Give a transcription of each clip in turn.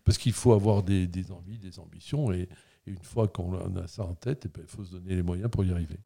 parce qu'il faut avoir des envies, des ambitions, et une fois qu'on a ça en tête, il faut se donner les moyens pour y arriver.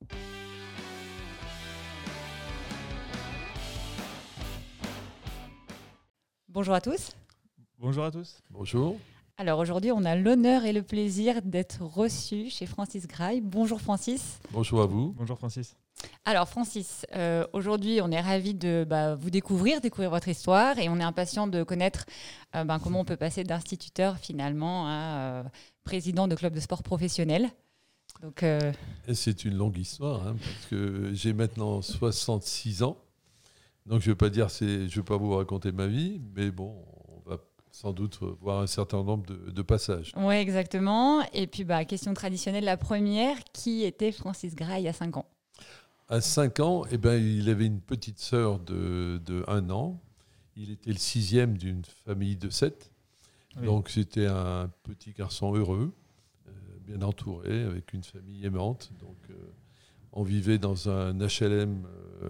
Bonjour à tous. Bonjour à tous. Bonjour. Alors aujourd'hui, on a l'honneur et le plaisir d'être reçus chez Francis Grail. Bonjour Francis. Bonjour à vous. Bonjour Francis. Alors Francis, aujourd'hui, on est ravis de vous découvrir votre histoire, et on est impatient de connaître comment on peut passer d'instituteur finalement à président de club de sport professionnel. Donc, Et c'est une longue histoire, parce que j'ai maintenant 66 ans. Donc je ne vais pas vous raconter ma vie, mais bon, on va sans doute voir un certain nombre de passages. oui, exactement. Et puis, question traditionnelle, la première, qui était Francis Grail à 5 ans? À 5 ans, il avait une petite sœur de 1 an. Il était le 6e d'une famille de 7. Oui. Donc c'était un petit garçon heureux, bien entouré, avec une famille aimante. Donc on vivait dans un HLM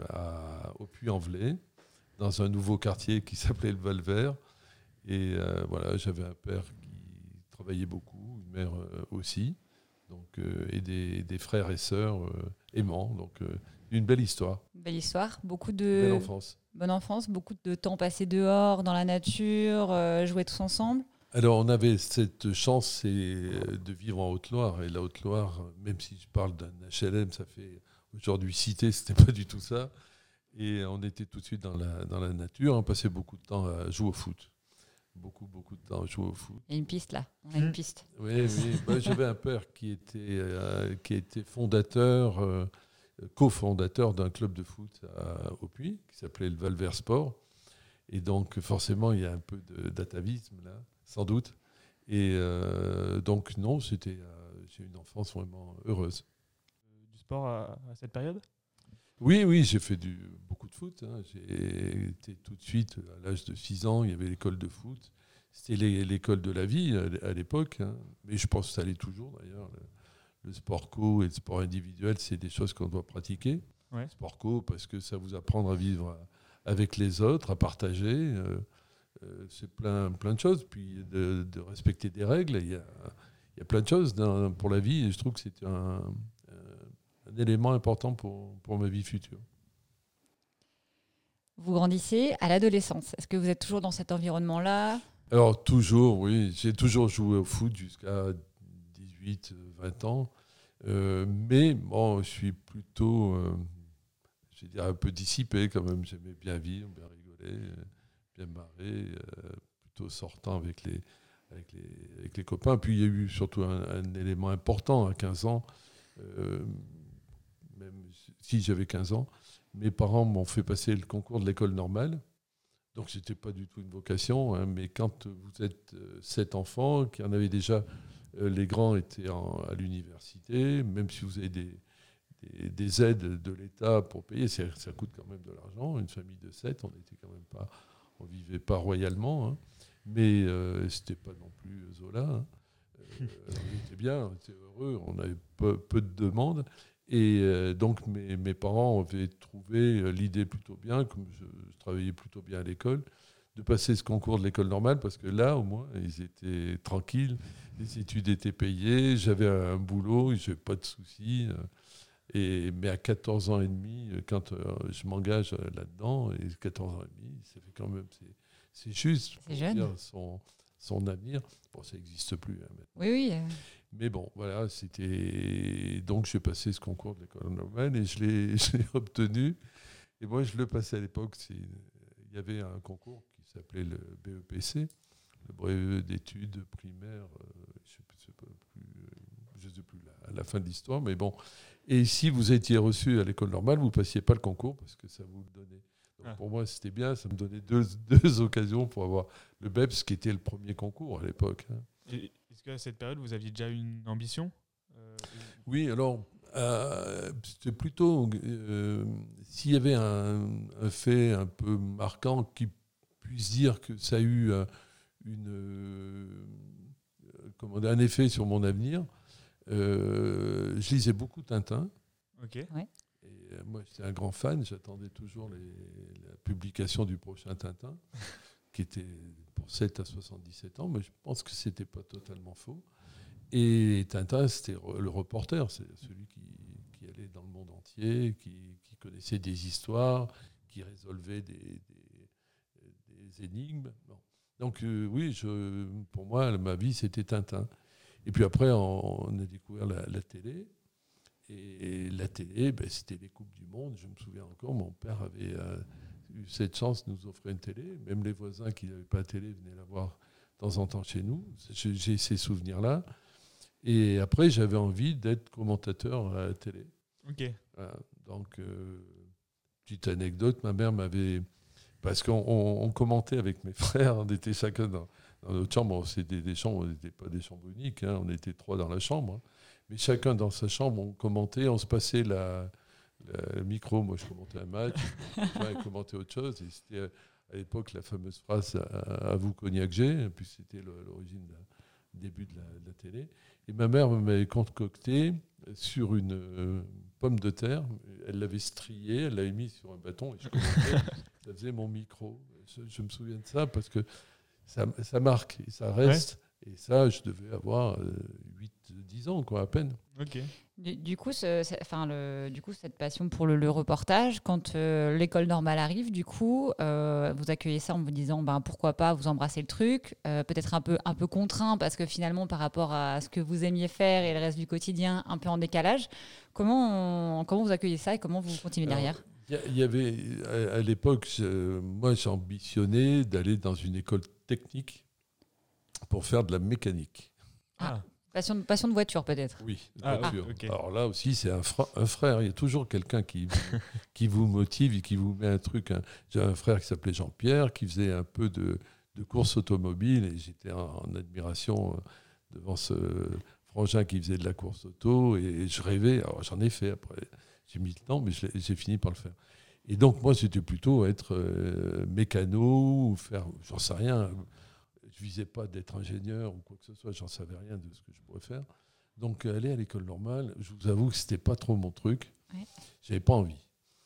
au Puy-en-Velay, dans un nouveau quartier qui s'appelait le Val-Vert. Et voilà, j'avais un père qui travaillait beaucoup, une mère aussi, donc, et des frères et sœurs aimants. Donc une belle histoire. Belle histoire, belle enfance. Bonne enfance, beaucoup de temps passé dehors, dans la nature, jouer tous ensemble. Alors, on avait cette chance de vivre en Haute-Loire. Et la Haute-Loire, même si je parle d'un HLM, ça fait aujourd'hui cité, ce n'était pas du tout ça. Et on était tout de suite dans la nature. On passait beaucoup de temps à jouer au foot. Beaucoup de temps à jouer au foot. Il y a une piste là, on a une piste. Oui. J'avais un père qui était fondateur, cofondateur d'un club de foot au Puy, qui s'appelait le Val-Vert Sport. Et donc, forcément, il y a un peu d'atavisme là, sans doute. Et donc, non, j'ai une enfance vraiment heureuse. Du sport à cette période ? Oui, j'ai fait beaucoup de foot. J'ai été tout de suite, à l'âge de 6 ans, il y avait l'école de foot. C'était l'école de la vie à l'époque. Mais je pense que ça l'est toujours d'ailleurs. Le sport co et le sport individuel, c'est des choses qu'on doit pratiquer. Ouais. Sport co, parce que ça vous apprend à vivre avec les autres, à partager. C'est plein de choses. Puis de respecter des règles. Il y a plein de choses pour la vie. Et je trouve que c'est un élément important pour ma vie future. Vous grandissez à l'adolescence. Est-ce que vous êtes toujours dans cet environnement-là ? Alors, toujours, oui. J'ai toujours joué au foot jusqu'à 18-20 ans. Mais bon, je suis plutôt, je dirais, un peu dissipé quand même. J'aimais bien vivre, bien rigoler, bien marrer, plutôt sortant avec les copains. Puis il y a eu surtout un élément important à 15 ans. Même si j'avais 15 ans, mes parents m'ont fait passer le concours de l'école normale. Donc, ce n'était pas du tout une vocation. Mais quand vous êtes 7 enfants, qu'il y en avait déjà, les grands étaient à l'université, même si vous avez des aides de l'État pour payer, ça coûte quand même de l'argent. Une famille de 7, on vivait pas royalement, mais ce n'était pas non plus Zola. On était bien, on était heureux, on avait peu de demandes. Et donc, mes parents avaient trouvé l'idée plutôt bien, comme je travaillais plutôt bien à l'école, de passer ce concours de l'école normale, parce que là, au moins, ils étaient tranquilles, les études étaient payées, j'avais un boulot, je n'avais pas de soucis. Mais à 14 ans et demi, quand je m'engage là-dedans, et 14 ans et demi, ça fait quand même, c'est juste pour dire son avenir. Bon, ça n'existe plus maintenant. Oui. Mais bon, voilà, c'était... Donc, j'ai passé ce concours de l'école normale et je l'ai obtenu. Et moi, je le passais à l'époque. Il y avait un concours qui s'appelait le BEPC, le brevet d'études primaires, je ne sais plus à la fin de l'histoire, mais bon. Et si vous étiez reçu à l'école normale, vous ne passiez pas le concours parce que ça vous le donnait. Donc, pour moi, c'était bien. Ça me donnait deux occasions pour avoir le BEPS, qui était le premier concours à l'époque. Est-ce qu'à cette période, vous aviez déjà une ambition ? Oui, alors, c'était plutôt... s'il y avait un fait un peu marquant qui puisse dire que ça a eu un effet sur mon avenir, je lisais beaucoup Tintin. Ok. Ouais. Et moi, j'étais un grand fan. J'attendais toujours la publication du prochain Tintin. qui était pour 7 à 77 ans, mais je pense que ce n'était pas totalement faux. Et Tintin, c'était le reporter, c'est celui qui allait dans le monde entier, qui connaissait des histoires, qui résolvait des énigmes. Bon. Donc oui, pour moi, ma vie, c'était Tintin. Et puis après, on a découvert la télé. Et la télé, c'était les Coupes du Monde. Je me souviens encore, mon père avait eu cette chance de nous offrir une télé. Même les voisins qui n'avaient pas de télé venaient la voir de temps en temps chez nous. J'ai ces souvenirs-là. Et après, j'avais envie d'être commentateur à la télé. Ok. Voilà. Donc, petite anecdote, ma mère m'avait... Parce qu'on commentait avec mes frères, on était chacun dans notre chambre. C'était des chambres, on n'était pas des chambres uniques, on était 3 dans la chambre. Mais chacun dans sa chambre, on commentait, on se passait le micro. Moi, je commentais un match, je commentais autre chose. Et c'était à l'époque la fameuse phrase « à vous Cognac G », puis c'était l'origine du début de la télé. Et ma mère m'avait concocté sur une pomme de terre. Elle l'avait striée, elle l'avait mise sur un bâton et je commentais. Ça faisait mon micro. Je me souviens de ça parce que ça marque et ça reste. Ouais. Et ça, je devais avoir 8-10 ans, quoi, à peine. Ok. Du coup, cette passion pour le reportage, quand l'école normale arrive, du coup, vous accueillez ça en vous disant pourquoi pas, vous embrassez le truc, peut-être un peu contraint parce que finalement, par rapport à ce que vous aimiez faire et le reste du quotidien, un peu en décalage. Comment vous accueillez ça et comment vous continuez derrière ? Il y avait, à l'époque, moi, j'ambitionnais d'aller dans une école technique pour faire de la mécanique. Ah. Passion de voiture, peut-être. Oui, de voiture. Okay. Alors là aussi, c'est un frère. Il y a toujours quelqu'un qui vous motive et qui vous met un truc. J'ai un frère qui s'appelait Jean-Pierre, qui faisait un peu de course automobile. Et j'étais en admiration devant ce frangin qui faisait de la course auto. Et je rêvais. Alors j'en ai fait après. J'ai mis le temps, mais j'ai fini par le faire. Et donc, moi, c'était plutôt être mécano ou faire, j'en sais rien. Je ne visais pas d'être ingénieur ou quoi que ce soit, j'en savais rien de ce que je pourrais faire. Donc, aller à l'école normale, je vous avoue que ce n'était pas trop mon truc. Ouais. Je n'avais pas envie.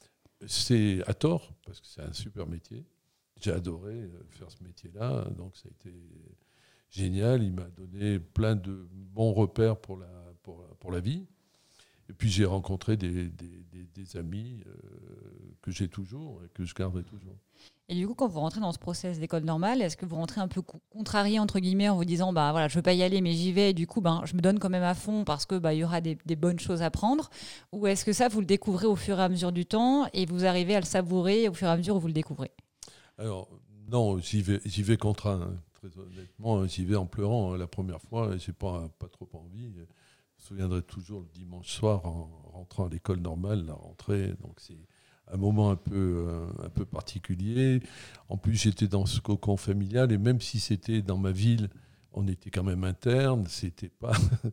C'est à tort, parce que c'est un super métier. J'ai adoré faire ce métier-là, donc ça a été génial. Il m'a donné plein de bons repères pour la vie. Et puis, j'ai rencontré des amis que j'ai toujours et que je garderai toujours. Et du coup, quand vous rentrez dans ce process d'école normale, est-ce que vous rentrez un peu contrarié, entre guillemets, en vous disant, voilà, je ne veux pas y aller, mais j'y vais, et du coup, je me donne quand même à fond parce que y aura des bonnes choses à prendre? Ou est-ce que ça, vous le découvrez au fur et à mesure du temps et vous arrivez à le savourer au fur et à mesure où vous le découvrez? Alors, non, j'y vais contraint, hein, très honnêtement. J'y vais en pleurant. La première fois, je n'ai pas trop envie. Je me souviendrai toujours le dimanche soir, en rentrant à l'école normale, la rentrée. Donc, c'est un moment un peu particulier. En plus, j'étais dans ce cocon familial et même si c'était dans ma ville, on était quand même interne. C'était pas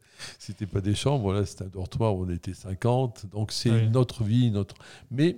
des chambres. Là, c'était un dortoir où on était 50. Donc, c'est une autre vie, Mais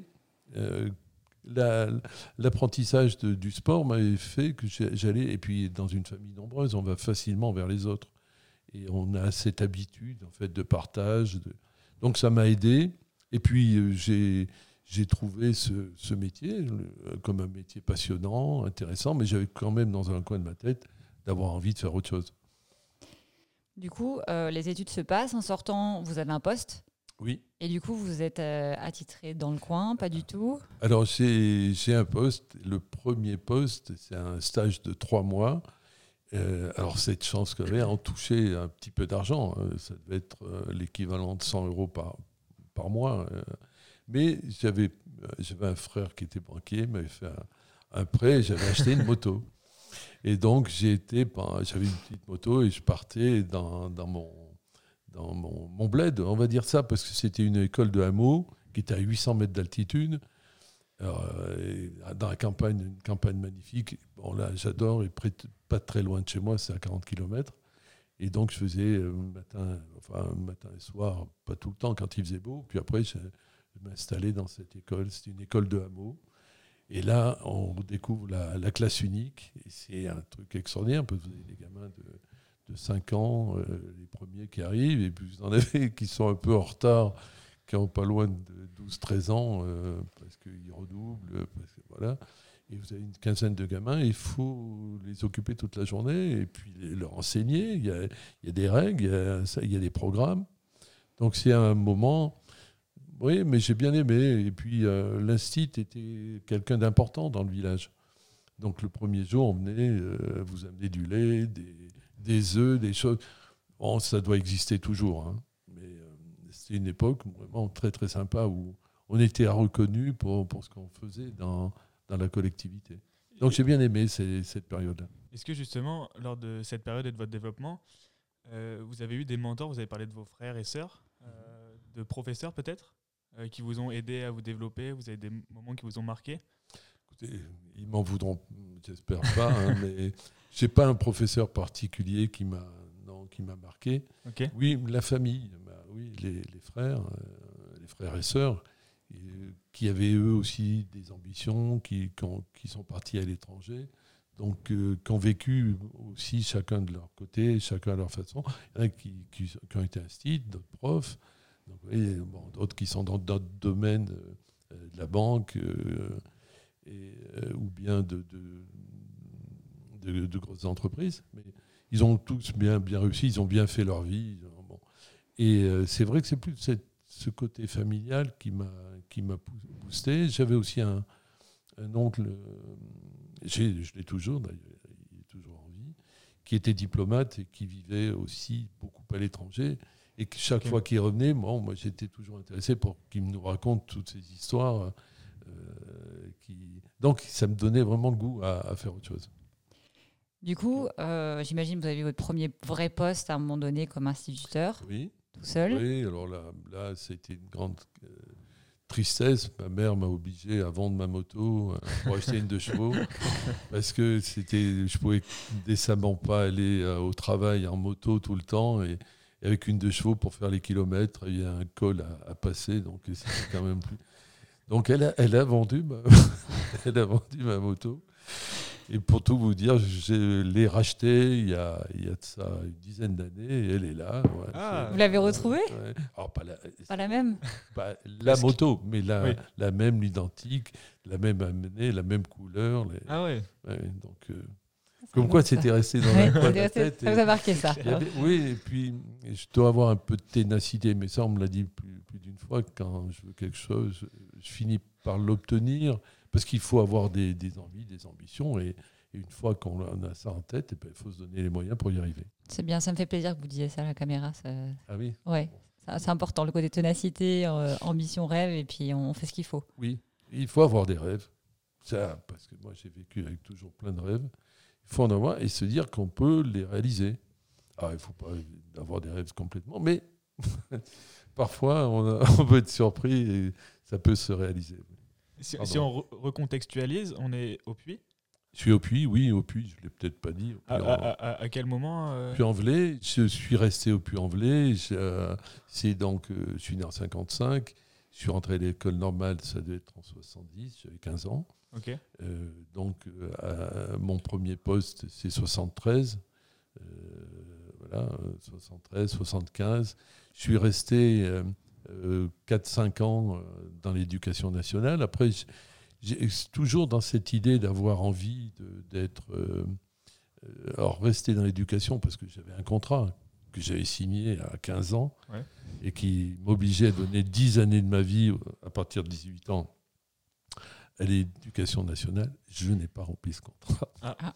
l'apprentissage du sport m'avait fait que j'allais. Et puis, dans une famille nombreuse, on va facilement vers les autres. Et on a cette habitude, en fait, de partage. Donc, ça m'a aidé. Et puis, j'ai trouvé ce métier comme un métier passionnant, intéressant, mais j'avais quand même dans un coin de ma tête d'avoir envie de faire autre chose. Du coup, les études se passent. En sortant, vous avez un poste. Oui. Et du coup, vous êtes attitré dans le coin, pas du tout? Alors, j'ai un poste. Le premier poste, c'est un stage de 3 mois. Alors, cette chance que j'avais en toucher un petit peu d'argent. Ça devait être l'équivalent de 100 € par mois. Mais j'avais un frère qui était banquier, m'avait fait un prêt et j'avais acheté une moto. Et donc, j'avais une petite moto et je partais dans mon bled, on va dire ça, parce que c'était une école de hameau qui était à 800 mètres d'altitude, dans la campagne, une campagne magnifique. Bon, là, j'adore, et pas très loin de chez moi, c'est à 40 km. Et donc, je faisais matin et soir, pas tout le temps, quand il faisait beau. Puis après, je m'installais dans cette école. C'était une école de hameau. Et là, on découvre la classe unique. Et c'est un truc extraordinaire, parce que vous avez des gamins de 5 ans, les premiers qui arrivent, et puis vous en avez qui sont un peu en retard, qui n'ont pas loin de 12-13 ans, parce qu'ils redoublent. Voilà. Et vous avez une quinzaine de gamins, il faut les occuper toute la journée et puis leur enseigner. Il y a des règles, il y a des programmes. Donc c'est un moment, oui, mais j'ai bien aimé. Et puis l'instit était quelqu'un d'important dans le village. Donc le premier jour, on venait vous amener du lait, des œufs, des choses. Bon, ça doit exister toujours, hein. Mais c'était une époque vraiment très très sympa où on était reconnus pour ce qu'on faisait dans la collectivité. Donc j'ai bien aimé cette période-là. Est-ce que justement, lors de cette période et de votre développement, vous avez eu des mentors, vous avez parlé de vos frères et sœurs, de professeurs peut-être, qui vous ont aidé à vous développer, vous avez des moments qui vous ont marqué? Écoutez, ils m'en voudront, j'espère pas, hein, mais j'ai pas un professeur particulier qui m'a marqué. Ok. Oui, la famille, oui, les frères et sœurs, qui avaient eux aussi des ambitions, qui sont partis à l'étranger, donc qui ont vécu aussi chacun de leur côté, chacun à leur façon. Il y en a qui ont été instits, d'autres profs, donc, d'autres qui sont dans d'autres domaines de la banque, ou bien de grosses entreprises. Mais ils ont tous bien réussi, ils ont bien fait leur vie. Bon. Et c'est vrai que c'est plus ce côté familial qui m'a boosté. J'avais aussi un oncle, je l'ai toujours d'ailleurs, il est toujours en vie, qui était diplomate et qui vivait aussi beaucoup à l'étranger. Et que chaque fois qu'il revenait, moi j'étais toujours intéressé pour qu'il nous raconte toutes ces histoires. Donc ça me donnait vraiment le goût à faire autre chose. Du coup, j'imagine que vous avez eu votre premier vrai poste à un moment donné comme instituteur, Oui. tout seul. Oui, alors là c'était une grande tristesse. Ma mère m'a obligé à vendre ma moto pour acheter une 2 chevaux parce que je pouvais décemment pas aller au travail en moto tout le temps et avec une 2 chevaux pour faire les kilomètres, il y a un col à passer, donc c'était quand même plus. Donc elle a vendu ma moto. Et pour tout vous dire, je l'ai rachetée il y a de ça une dizaine d'années et elle est là. Ouais, Ah. Vous l'avez retrouvée? Ouais. Alors, pas la même? Pas la moto, mais Oui. la même, l'identique, la même amenée, la même couleur. Ah ouais. Ouais, donc, comme quoi c'était resté dans la coin de la tête. Ça vous a marqué ça? Oui, et puis je dois avoir un peu de ténacité, mais ça on me l'a dit plus d'une fois, quand je veux quelque chose, je finis par l'obtenir, parce qu'il faut avoir des envies, des ambitions, et une fois qu'on a ça en tête, il faut se donner les moyens pour y arriver. C'est bien, ça me fait plaisir que vous disiez ça à la caméra. Ah oui. Ouais, c'est important, le côté ténacité, ambition, rêve, et puis on fait ce qu'il faut. Oui, il faut avoir des rêves, ça, parce que moi j'ai vécu avec toujours plein de rêves. Il faut en avoir et se dire qu'on peut les réaliser. Alors, il ne faut pas avoir des rêves complètement, mais parfois, on peut être surpris et ça peut se réaliser. Si on recontextualise, on est au Puy. Je suis au Puy, oui, au Puy, je ne l'ai peut-être pas dit. À quel moment Puy-en-Velay, je suis resté au Puy-en-Velay. C'est donc, je suis né en 55. Je suis rentré à l'école normale, ça devait être en 70, j'avais 15 ans. Ok. Mon premier poste, c'est 73. Voilà, 73, 75. Je suis resté 4-5 ans dans l'éducation nationale. Après, j'ai toujours dans cette idée d'avoir envie d'être... alors, rester dans l'éducation, parce que j'avais un contrat que j'avais signé à 15 ans, ouais, et qui m'obligeait à donner 10 années de ma vie à partir de 18 ans à l'éducation nationale. Je n'ai pas rempli ce contrat. Ah.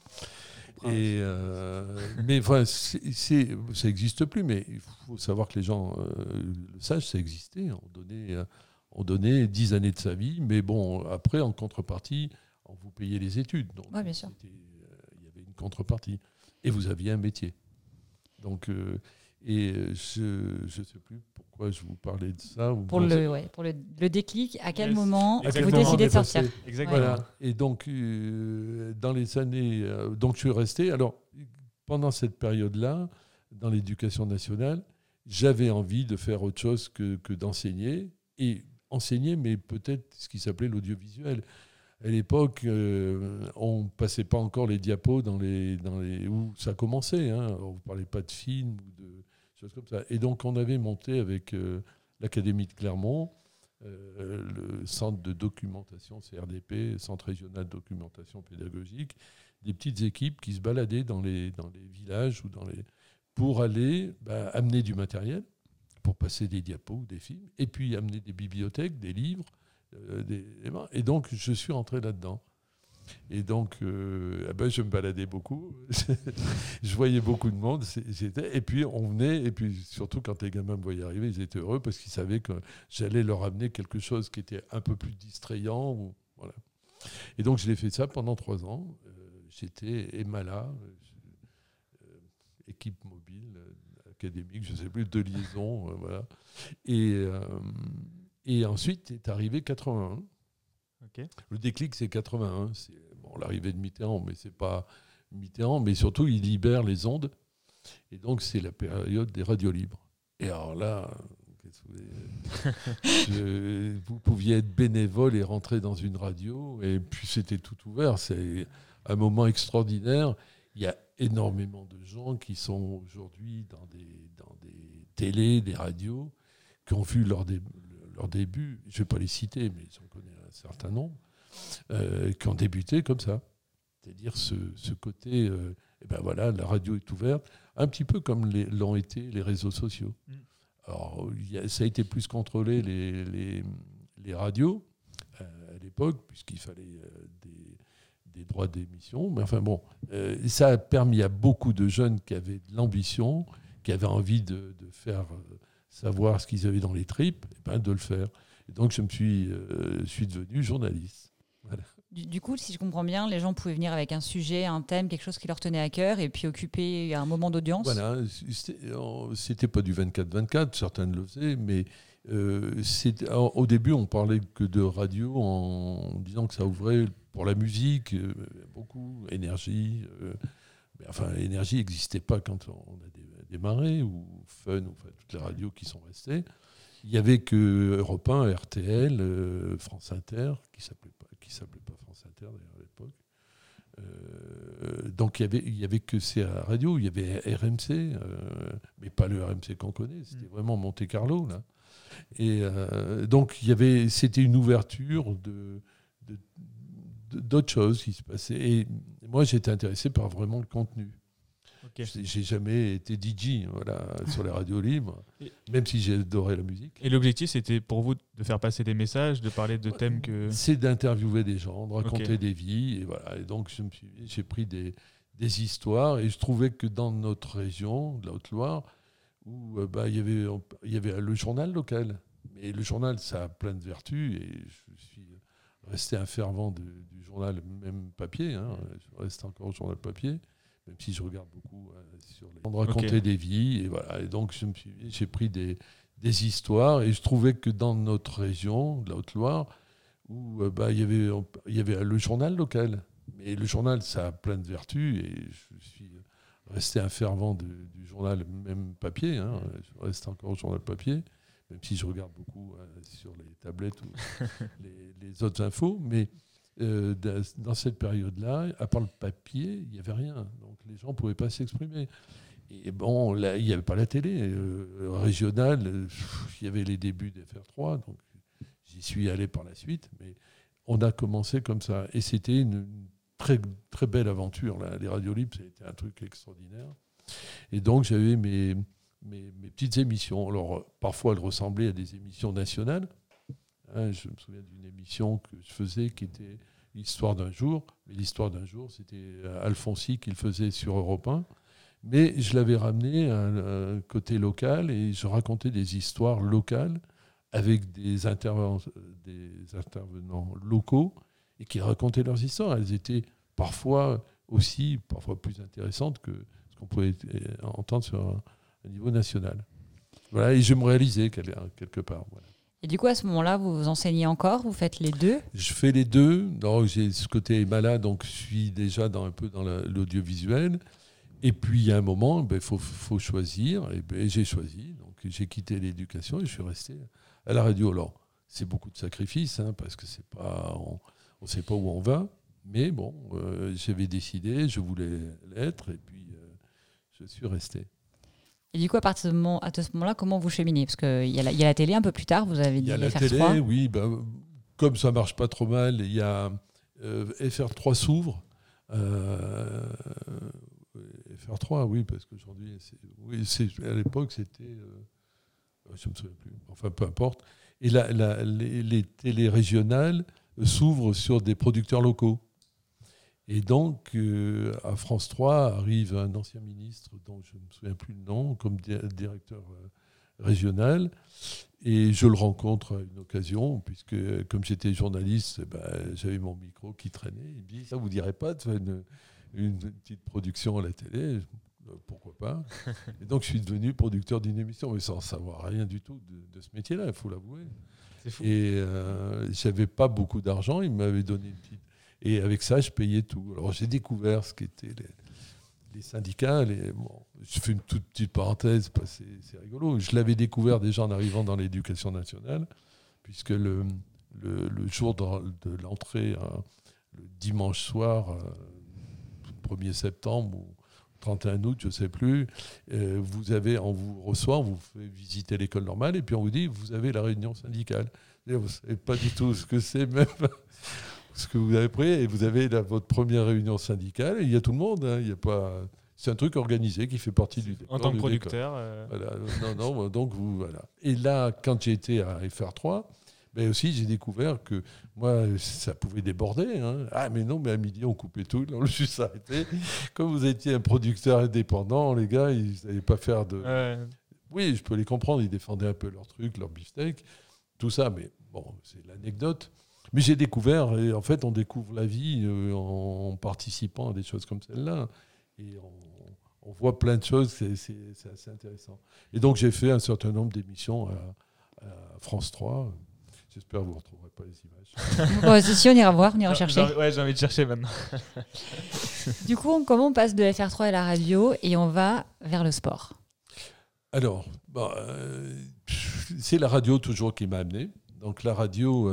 Mais enfin, ça n'existe plus, mais il faut savoir que les gens le sachent, ça existait. On donnait 10 années de sa vie, mais bon, après, en contrepartie, on vous payait les études. Donc, ouais, bien sûr. Il y avait une contrepartie. Et vous aviez un métier. Donc, je ne sais plus pourquoi je vous parlais de ça. Pour le déclic, à quel moment vous décidez de sortir. Exactement. Voilà. Et donc, dans les années... donc, je suis resté... Alors, pendant cette période-là, dans l'éducation nationale, j'avais envie de faire autre chose que d'enseigner. Et enseigner, mais peut-être ce qui s'appelait l'audiovisuel. À l'époque, on ne passait pas encore les diapos dans les où ça commençait. Hein. On ne parlait pas de films ou de choses comme ça. Et donc, on avait monté avec l'Académie de Clermont le centre de documentation CRDP, Centre régional de documentation pédagogique, des petites équipes qui se baladaient dans les villages pour aller amener du matériel, pour passer des diapos ou des films, et puis amener des bibliothèques, des livres. Et donc, je suis rentré là-dedans. Et donc, je me baladais beaucoup. Je voyais beaucoup de monde. Et puis, on venait. Et puis, surtout, quand les gamins me voyaient arriver, ils étaient heureux parce qu'ils savaient que j'allais leur amener quelque chose qui était un peu plus distrayant. Voilà. Et donc, je l'ai fait ça pendant 3 ans. J'étais EMALA, équipe mobile, académique, je ne sais plus, de liaison. Voilà. Et ensuite est arrivé 81. Okay. Le déclic, c'est 81. C'est l'arrivée de Mitterrand, mais c'est pas Mitterrand, mais surtout, il libère les ondes. Et donc, c'est la période des radios libres. Et alors là, vous pouviez être bénévole et rentrer dans une radio, et puis c'était tout ouvert. C'est un moment extraordinaire. Il y a énormément de gens qui sont aujourd'hui dans des télés, des radios, qui ont vu leur début, je ne vais pas les citer, mais j'en connais un certain nombre, qui ont débuté comme ça. C'est-à-dire ce côté, la radio est ouverte, un petit peu comme l'ont été les réseaux sociaux. Alors, ça a été plus contrôlé, les radios, à l'époque, puisqu'il fallait des droits d'émission. Mais enfin bon, ça a permis à beaucoup de jeunes qui avaient de l'ambition, qui avaient envie de faire savoir ce qu'ils avaient dans les tripes, de le faire. Et donc, je suis devenu journaliste. Voilà. Du coup, si je comprends bien, les gens pouvaient venir avec un sujet, un thème, quelque chose qui leur tenait à cœur, et puis occuper un moment d'audience. Voilà, c'était pas du 24-24, certains le faisaient, mais au début, on parlait que de radio en disant que ça ouvrait pour la musique, beaucoup, énergie. Énergie n'existait pas quand on a démarré, ou Fun, ou toutes les radios qui sont restées. Il n'y avait que Europe 1, RTL, France Inter, qui s'appelait pas France Inter d'ailleurs à l'époque. Donc il y avait que ces radios, il y avait RMC, mais pas le RMC qu'on connaît, c'était vraiment Monte Carlo là. Et donc c'était une ouverture d'autres choses qui se passaient. Et moi j'étais intéressé par vraiment le contenu. Okay. J'ai jamais été DJ sur les radios libres, même si j'adorais la musique. Et l'objectif, c'était pour vous de faire passer des messages, de parler de thèmes que... C'est d'interviewer des gens, de raconter des vies. Et voilà. Et donc, j'ai pris des histoires, et je trouvais que dans notre région, de la Haute-Loire, où il y avait le journal local. Mais le journal, ça a plein de vertus, et je suis resté un fervent du journal, même papier. Je reste encore au journal papier. Même si je regarde beaucoup on racontait des vies, et voilà. Et donc j'ai pris des histoires, et je trouvais que dans notre région, de la Haute-Loire, où il y avait le journal local, mais le journal, ça a plein de vertus, et je suis resté un fervent du journal, même papier. Je reste encore au journal papier, même si je regarde beaucoup sur les tablettes ou les autres infos, mais dans cette période-là, à part le papier, il n'y avait rien. Donc les gens ne pouvaient pas s'exprimer. Et bon, là, il n'y avait pas la télé régionale. Il y avait les débuts des FR3, donc j'y suis allé par la suite. Mais on a commencé comme ça. Et c'était une très, très belle aventure. Là. Les radios libres, c'était un truc extraordinaire. Et donc j'avais mes petites émissions. Alors parfois, elles ressemblaient à des émissions nationales. Je me souviens d'une émission que je faisais qui était l'histoire d'un jour. Mais l'histoire d'un jour, c'était Alfonsi qui le faisait sur Europe 1. Mais je l'avais ramené à un côté local, et je racontais des histoires locales avec des intervenants locaux, et qui racontaient leurs histoires. Elles étaient parfois plus intéressantes que ce qu'on pouvait entendre sur un niveau national. Voilà, et je me réalisais quelque part. Voilà. Et du coup, à ce moment-là, vous enseignez encore? Vous faites les deux? Je fais les deux. Donc, j'ai ce côté malade, donc je suis déjà un peu dans l'audiovisuel. Et puis, il y a un moment, il faut choisir. Et j'ai choisi. Donc, j'ai quitté l'éducation et je suis resté à la radio. Alors, c'est beaucoup de sacrifices, parce que on ne sait pas où on va. Mais bon, j'avais décidé, je voulais l'être, et puis je suis resté. Et du coup, à ce moment-là, comment vous cheminez? Parce qu'il y a la télé un peu plus tard, vous avez Il dit y a la FR3. télé, oui. Comme ça marche pas trop mal, il y a FR3 s'ouvre. FR3, oui, parce qu'aujourd'hui, à l'époque, c'était... je ne me souviens plus. Enfin, peu importe. Et les télés régionales s'ouvrent sur des producteurs locaux. Et donc, à France 3 arrive un ancien ministre dont je ne me souviens plus le nom, comme directeur régional. Et je le rencontre à une occasion, puisque comme j'étais journaliste, j'avais mon micro qui traînait. Il me dit, ça vous dirait pas de faire une petite production à la télé? Pourquoi pas? Et donc, je suis devenu producteur d'une émission, mais sans savoir rien du tout de ce métier-là, il faut l'avouer. C'est fou. Et je n'avais pas beaucoup d'argent, il m'avait donné une petite... Et avec ça, je payais tout. Alors, j'ai découvert ce qu'étaient les syndicats. Je fais une toute petite parenthèse, c'est rigolo. Je l'avais découvert déjà en arrivant dans l'éducation nationale, puisque le jour de l'entrée, le dimanche soir, 1er septembre ou 31 août, je ne sais plus, on vous reçoit, on vous fait visiter l'école normale, et puis on vous dit, vous avez la réunion syndicale. Et vous ne savez pas du tout ce que c'est, même ce que vous avez pris, et vous avez votre première réunion syndicale, et il y a tout le monde. Hein, il y a pas... C'est un truc organisé qui fait partie du décor. En tant que producteur. Voilà, donc voilà. Et là, quand j'ai été à FR3, aussi j'ai découvert que moi, ça pouvait déborder. Hein. Ah, mais non, mais à midi, on coupait tout, on l'a juste arrêté. Comme vous étiez un producteur indépendant, les gars, ils n'allaient pas faire de... Oui, je peux les comprendre, ils défendaient un peu leur truc, leur beefsteak, tout ça, mais bon, c'est l'anecdote. Mais j'ai découvert, et en fait, on découvre la vie en participant à des choses comme celle-là. Et on voit plein de choses, c'est assez intéressant. Et donc, j'ai fait un certain nombre d'émissions à France 3. J'espère que vous ne retrouverez pas les images. Bon, si, on ira voir, on ira chercher. J'ai envie de chercher maintenant. Du coup, comment on passe de FR3 à la radio et on va vers le sport? Alors, c'est la radio toujours qui m'a amené. Donc, la radio...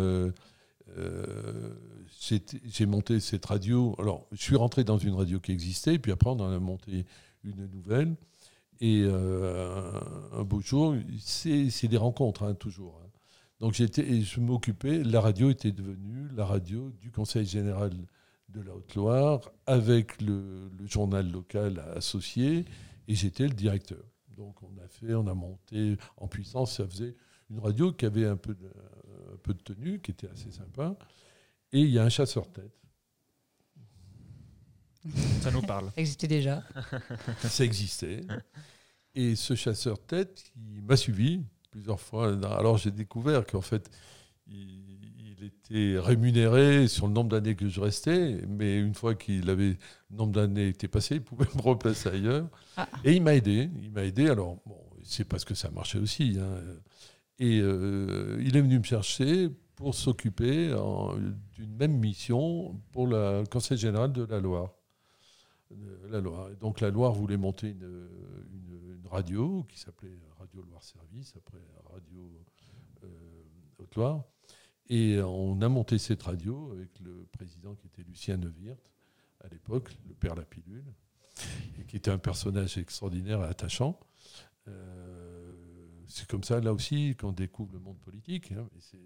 j'ai monté cette radio. Alors, je suis rentré dans une radio qui existait, puis après, on en a monté une nouvelle. Et un beau jour, c'est des rencontres, hein, toujours. Hein. Donc, je m'occupais, la radio était devenue la radio du Conseil général de la Haute-Loire, avec le journal local associé, et j'étais le directeur. Donc, on a monté en puissance, ça faisait une radio qui avait un peu de tenue, qui était assez sympa. Et il y a un chasseur-tête. Ça nous parle. Ça existait déjà. Ça existait. Et ce chasseur-tête, il m'a suivi plusieurs fois. Alors j'ai découvert qu'en fait, il était rémunéré sur le nombre d'années que je restais, mais une fois le nombre d'années était passé, il pouvait me replacer ailleurs. Ah. Et il m'a aidé. Alors, bon, c'est parce que ça marchait aussi. Hein. Et il est venu me chercher pour s'occuper d'une même mission pour le Conseil général de la Loire. Et donc la Loire voulait monter une radio qui s'appelait Radio Loire Service, après Radio Haute-Loire. Et on a monté cette radio avec le président qui était Lucien Neuwirth, à l'époque, le père La Pilule, et qui était un personnage extraordinaire et attachant. C'est comme ça, là aussi, qu'on découvre le monde politique. Hein, c'est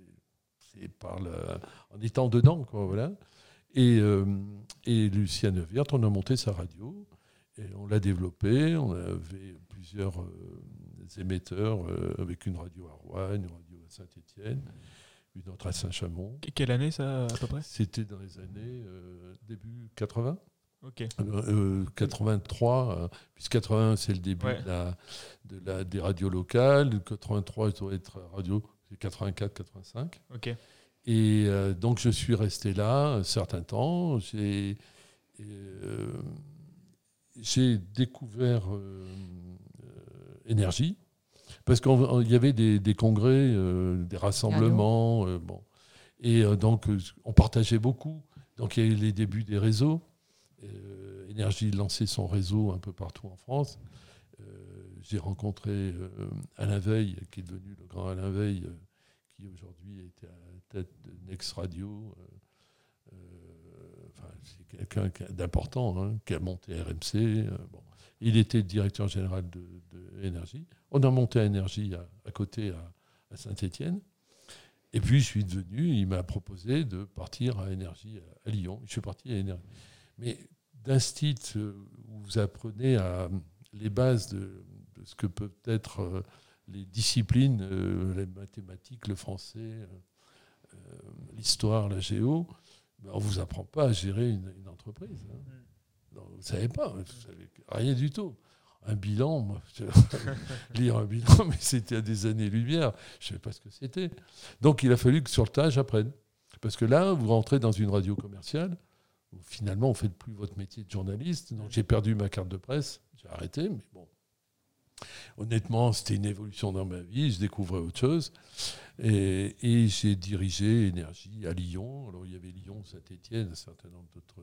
en étant dedans, quoi, voilà. Et Lucien Neuwirth, on a monté sa radio, et on l'a développée. On avait plusieurs émetteurs, avec une radio à Rouen, une radio à Saint-Étienne, une autre à Saint-Chamond. Quelle année, ça, à peu près? C'était dans les années début 80. Ok. 83, puisque 81 c'est le début des radios locales, 83 il doit être radio, c'est 84, 85. Ok. Et donc je suis resté là un certain temps. J'ai découvert Énergie, parce qu'il y avait des congrès, des rassemblements, bon. Et donc on partageait beaucoup. Donc il y a eu les débuts des réseaux. Énergie lançait son réseau un peu partout en France. J'ai rencontré Alain Veil, qui est devenu le grand Alain Veil, qui aujourd'hui était à la tête de Next Radio. C'est quelqu'un d'important, hein, qui a monté RMC. Bon. Il était directeur général de Énergie. On a monté Énergie à côté, à Saint-Étienne. Et puis, je suis devenu, il m'a proposé de partir à Énergie à Lyon. Je suis parti à Énergie. Mais d'instit, où vous apprenez les bases de ce que peuvent être les disciplines, les mathématiques, le français, l'histoire, la géo, on ne vous apprend pas à gérer une entreprise. Non, vous ne savez pas, vous savez rien du tout. Un bilan, moi, lire un bilan, mais c'était à des années-lumière. Je ne savais pas ce que c'était. Donc, il a fallu que sur le tas, j'apprenne. Parce que là, vous rentrez dans une radio commerciale, où finalement, vous ne faites plus votre métier de journaliste. Donc, j'ai perdu ma carte de presse. J'ai arrêté, mais bon. Honnêtement, c'était une évolution dans ma vie. Je découvrais autre chose. Et j'ai dirigé Énergie à Lyon. Alors, il y avait Lyon, Saint-Étienne, un certain nombre d'autres...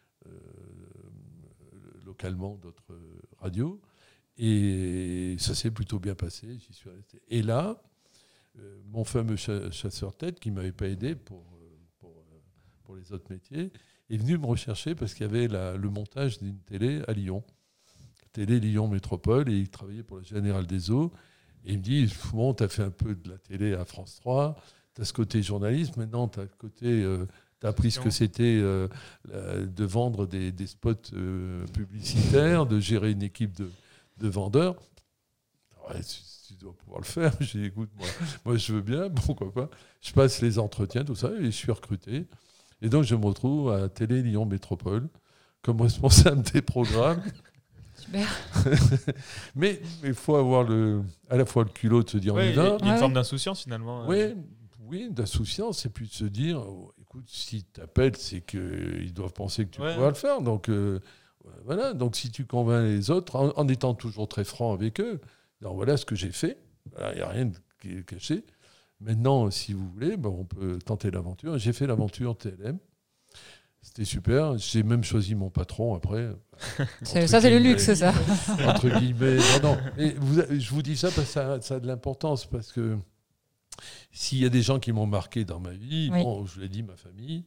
localement d'autres radios, et ça s'est plutôt bien passé, j'y suis resté. Et là, mon fameux chasseur-tête, qui ne m'avait pas aidé pour les autres métiers, est venu me rechercher parce qu'il y avait le montage d'une télé à Lyon, télé Lyon Métropole, et il travaillait pour la Générale des Eaux, et il me dit, bon, tu as fait un peu de la télé à France 3, tu as ce côté journaliste, maintenant tu as le côté... tu as appris ce que c'était de vendre des spots publicitaires, de gérer une équipe de vendeurs. Ouais, tu dois pouvoir le faire. J'ai dit, écoute, moi je veux bien, pourquoi pas. Je passe les entretiens, tout ça, et je suis recruté. Et donc je me retrouve à Télé Lyon Métropole comme responsable des programmes. Super. Mais il faut avoir à la fois le culot de se dire, on y va. Il y a une forme d'insouciance finalement. Oui, d'insouciance, et puis de se dire, écoute, si tu appelles, c'est qu'ils doivent penser que tu pourras le faire. Donc, voilà. Donc, si tu convaincs les autres, en étant toujours très franc avec eux, alors voilà ce que j'ai fait. Il n'y a rien qui est caché. Maintenant, si vous voulez, on peut tenter l'aventure. J'ai fait l'aventure TLM. C'était super. J'ai même choisi mon patron après. Ça, c'est le luxe, ça. Entre guillemets. Non. Et je vous dis ça parce que ça a de l'importance, parce que s'il y a des gens qui m'ont marqué dans ma vie, bon, je l'ai dit, ma famille,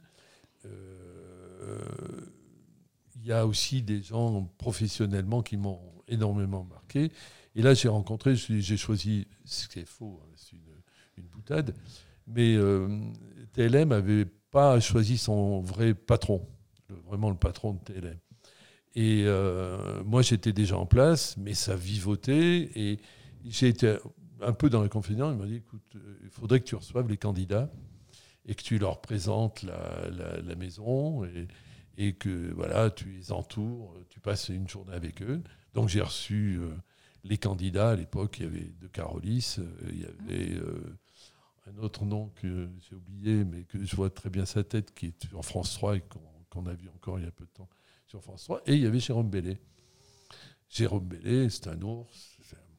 il y a aussi des gens professionnellement qui m'ont énormément marqué. Et là, j'ai choisi, ce qui est faux, hein, c'est une boutade, mais TLM n'avait pas choisi son vrai patron, vraiment le patron de TLM. Et moi, j'étais déjà en place, mais ça vivotait, et j'ai été un peu dans la confidence. Il m'a dit, écoute, il faudrait que tu reçoives les candidats et que tu leur présentes la maison, et que voilà, tu les entoures, tu passes une journée avec eux. Donc j'ai reçu les candidats. À l'époque, il y avait De Carolis, il y avait un autre nom que j'ai oublié, mais que je vois très bien sa tête, qui est en France 3 et qu'on a vu encore il y a peu de temps sur France 3. Et il y avait Jérôme Bellé. Jérôme Bellé, c'est un ours.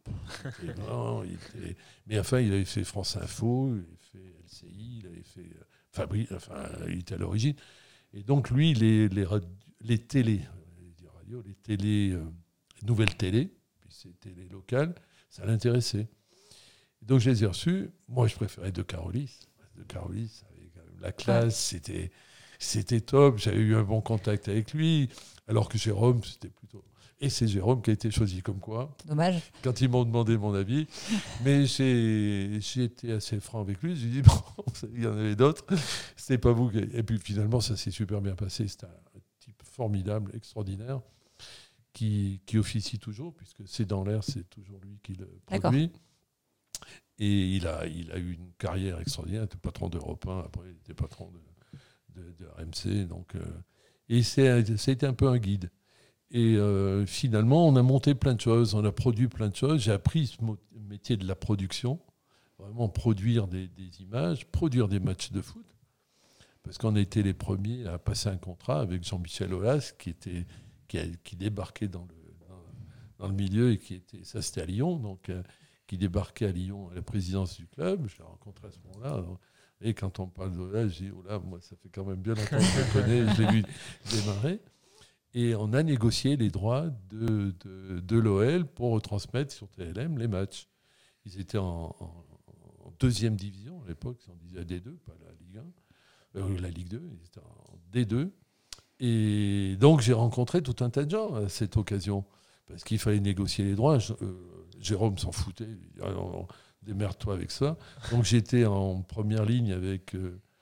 Mais enfin, il avait fait France Info, il avait fait LCI, il avait fait Fabrice, il était à l'origine. Et donc, lui, les télés, les télés, nouvelles télés, puis ces télés locales, ça l'intéressait. Et donc, je les ai reçus. Moi, je préférais De Carolis. De Carolis, avec la classe, c'était top. J'avais eu un bon contact avec lui, alors que Jérôme, c'était plutôt... Et c'est Jérôme qui a été choisi, comme quoi. Dommage. Quand ils m'ont demandé mon avis. Mais j'ai été assez franc avec lui. Je lui ai dit, bon, il y en avait d'autres. C'était pas vous. Et puis finalement, ça s'est super bien passé. C'est un type formidable, extraordinaire, qui officie toujours, puisque C'est dans l'air, c'est toujours lui qui le produit. D'accord. Et il a eu une carrière extraordinaire. Il était patron d'Europe 1, après il était patron de RMC. Donc, et ça a été un peu un guide. Et finalement, on a monté plein de choses, on a produit plein de choses. J'ai appris ce métier de la production, vraiment produire des images, produire des matchs de foot. Parce qu'on a été les premiers à passer un contrat avec Jean-Michel Aulas, qui débarquait dans le milieu, et ça c'était à Lyon, donc qui débarquait à Lyon à la présidence du club. Je l'ai rencontré à ce moment-là. Et quand on parle d'Aulas, je dis, oh là, moi ça fait quand même bien longtemps que je le connais, je l'ai vu démarrer. Et on a négocié les droits de l'OL pour retransmettre sur TLM les matchs. Ils étaient en deuxième division à l'époque, on disait D2, pas la Ligue 1, la Ligue 2, ils étaient en D2. Et donc j'ai rencontré tout un tas de gens à cette occasion, parce qu'il fallait négocier les droits. Jérôme s'en foutait. Il dit, non, démerde-toi avec ça. Donc j'étais en première ligne avec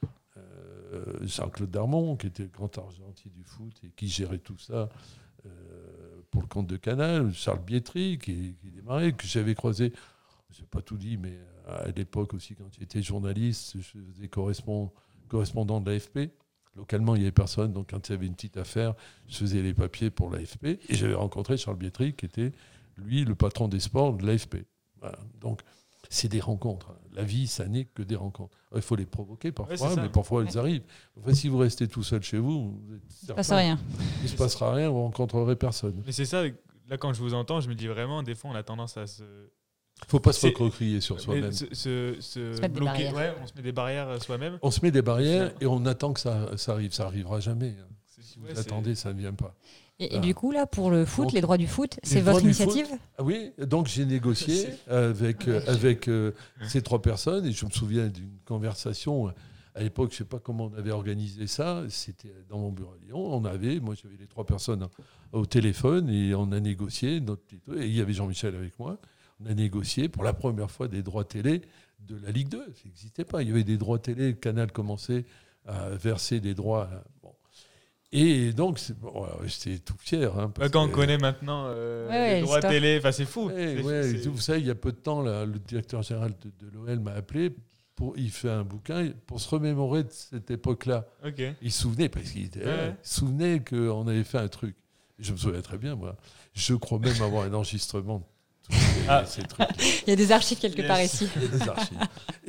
Jean-Claude Darmon, qui était le grand argentier du foot et qui gérait tout ça pour le compte de Canal. Charles Bietri, qui démarrait, que j'avais croisé, je n'ai pas tout dit, mais à l'époque aussi, quand j'étais journaliste, je faisais correspondant de l'AFP. Localement, il n'y avait personne, donc quand il y avait une petite affaire, je faisais les papiers pour l'AFP. Et j'avais rencontré Charles Bietri, qui était, lui, le patron des sports de l'AFP. Voilà. Donc, c'est des rencontres. La vie, ça n'est que des rencontres. Il faut les provoquer parfois, mais parfois elles arrivent. Enfin, si vous restez tout seul chez vous, il ne se passe rien. Il ne se passera rien, vous ne rencontrerez personne. Mais c'est ça, là, quand je vous entends, je me dis vraiment, des fois, on a tendance à se... Il ne faut pas se recroquer sur soi-même. Se bloquer. Ouais, on se met des barrières soi-même. On se met des barrières et on attend que ça arrive. Ça n'arrivera jamais. Si vous attendez, ça ne vient pas. Et du coup, là, pour le foot, donc, les droits du foot, c'est votre initiative ? Oui, donc j'ai négocié avec ces 3 personnes. Et je me souviens d'une conversation. À l'époque, je ne sais pas comment on avait organisé ça. C'était dans mon bureau à Lyon. Moi, j'avais les 3 personnes au téléphone et on a négocié. Et il y avait Jean-Michel avec moi. On a négocié pour la première fois des droits télé de la Ligue 2. Ça n'existait pas. Il y avait des droits télé. Canal commençait à verser des droits. Bon. Et donc, j'étais tout fier. Quand on connaît maintenant les droits télé, c'est fou. Vous savez, il y a peu de temps, là, le directeur général de l'OL m'a appelé. Il fait un bouquin pour se remémorer de cette époque-là. Okay. Il se souvenait, parce qu'il se souvenait qu'on avait fait un truc. Je me souviens très bien, moi. Je crois même avoir un enregistrement. Ces trucs. Il y a des archives quelque part ici. Il y a des archives.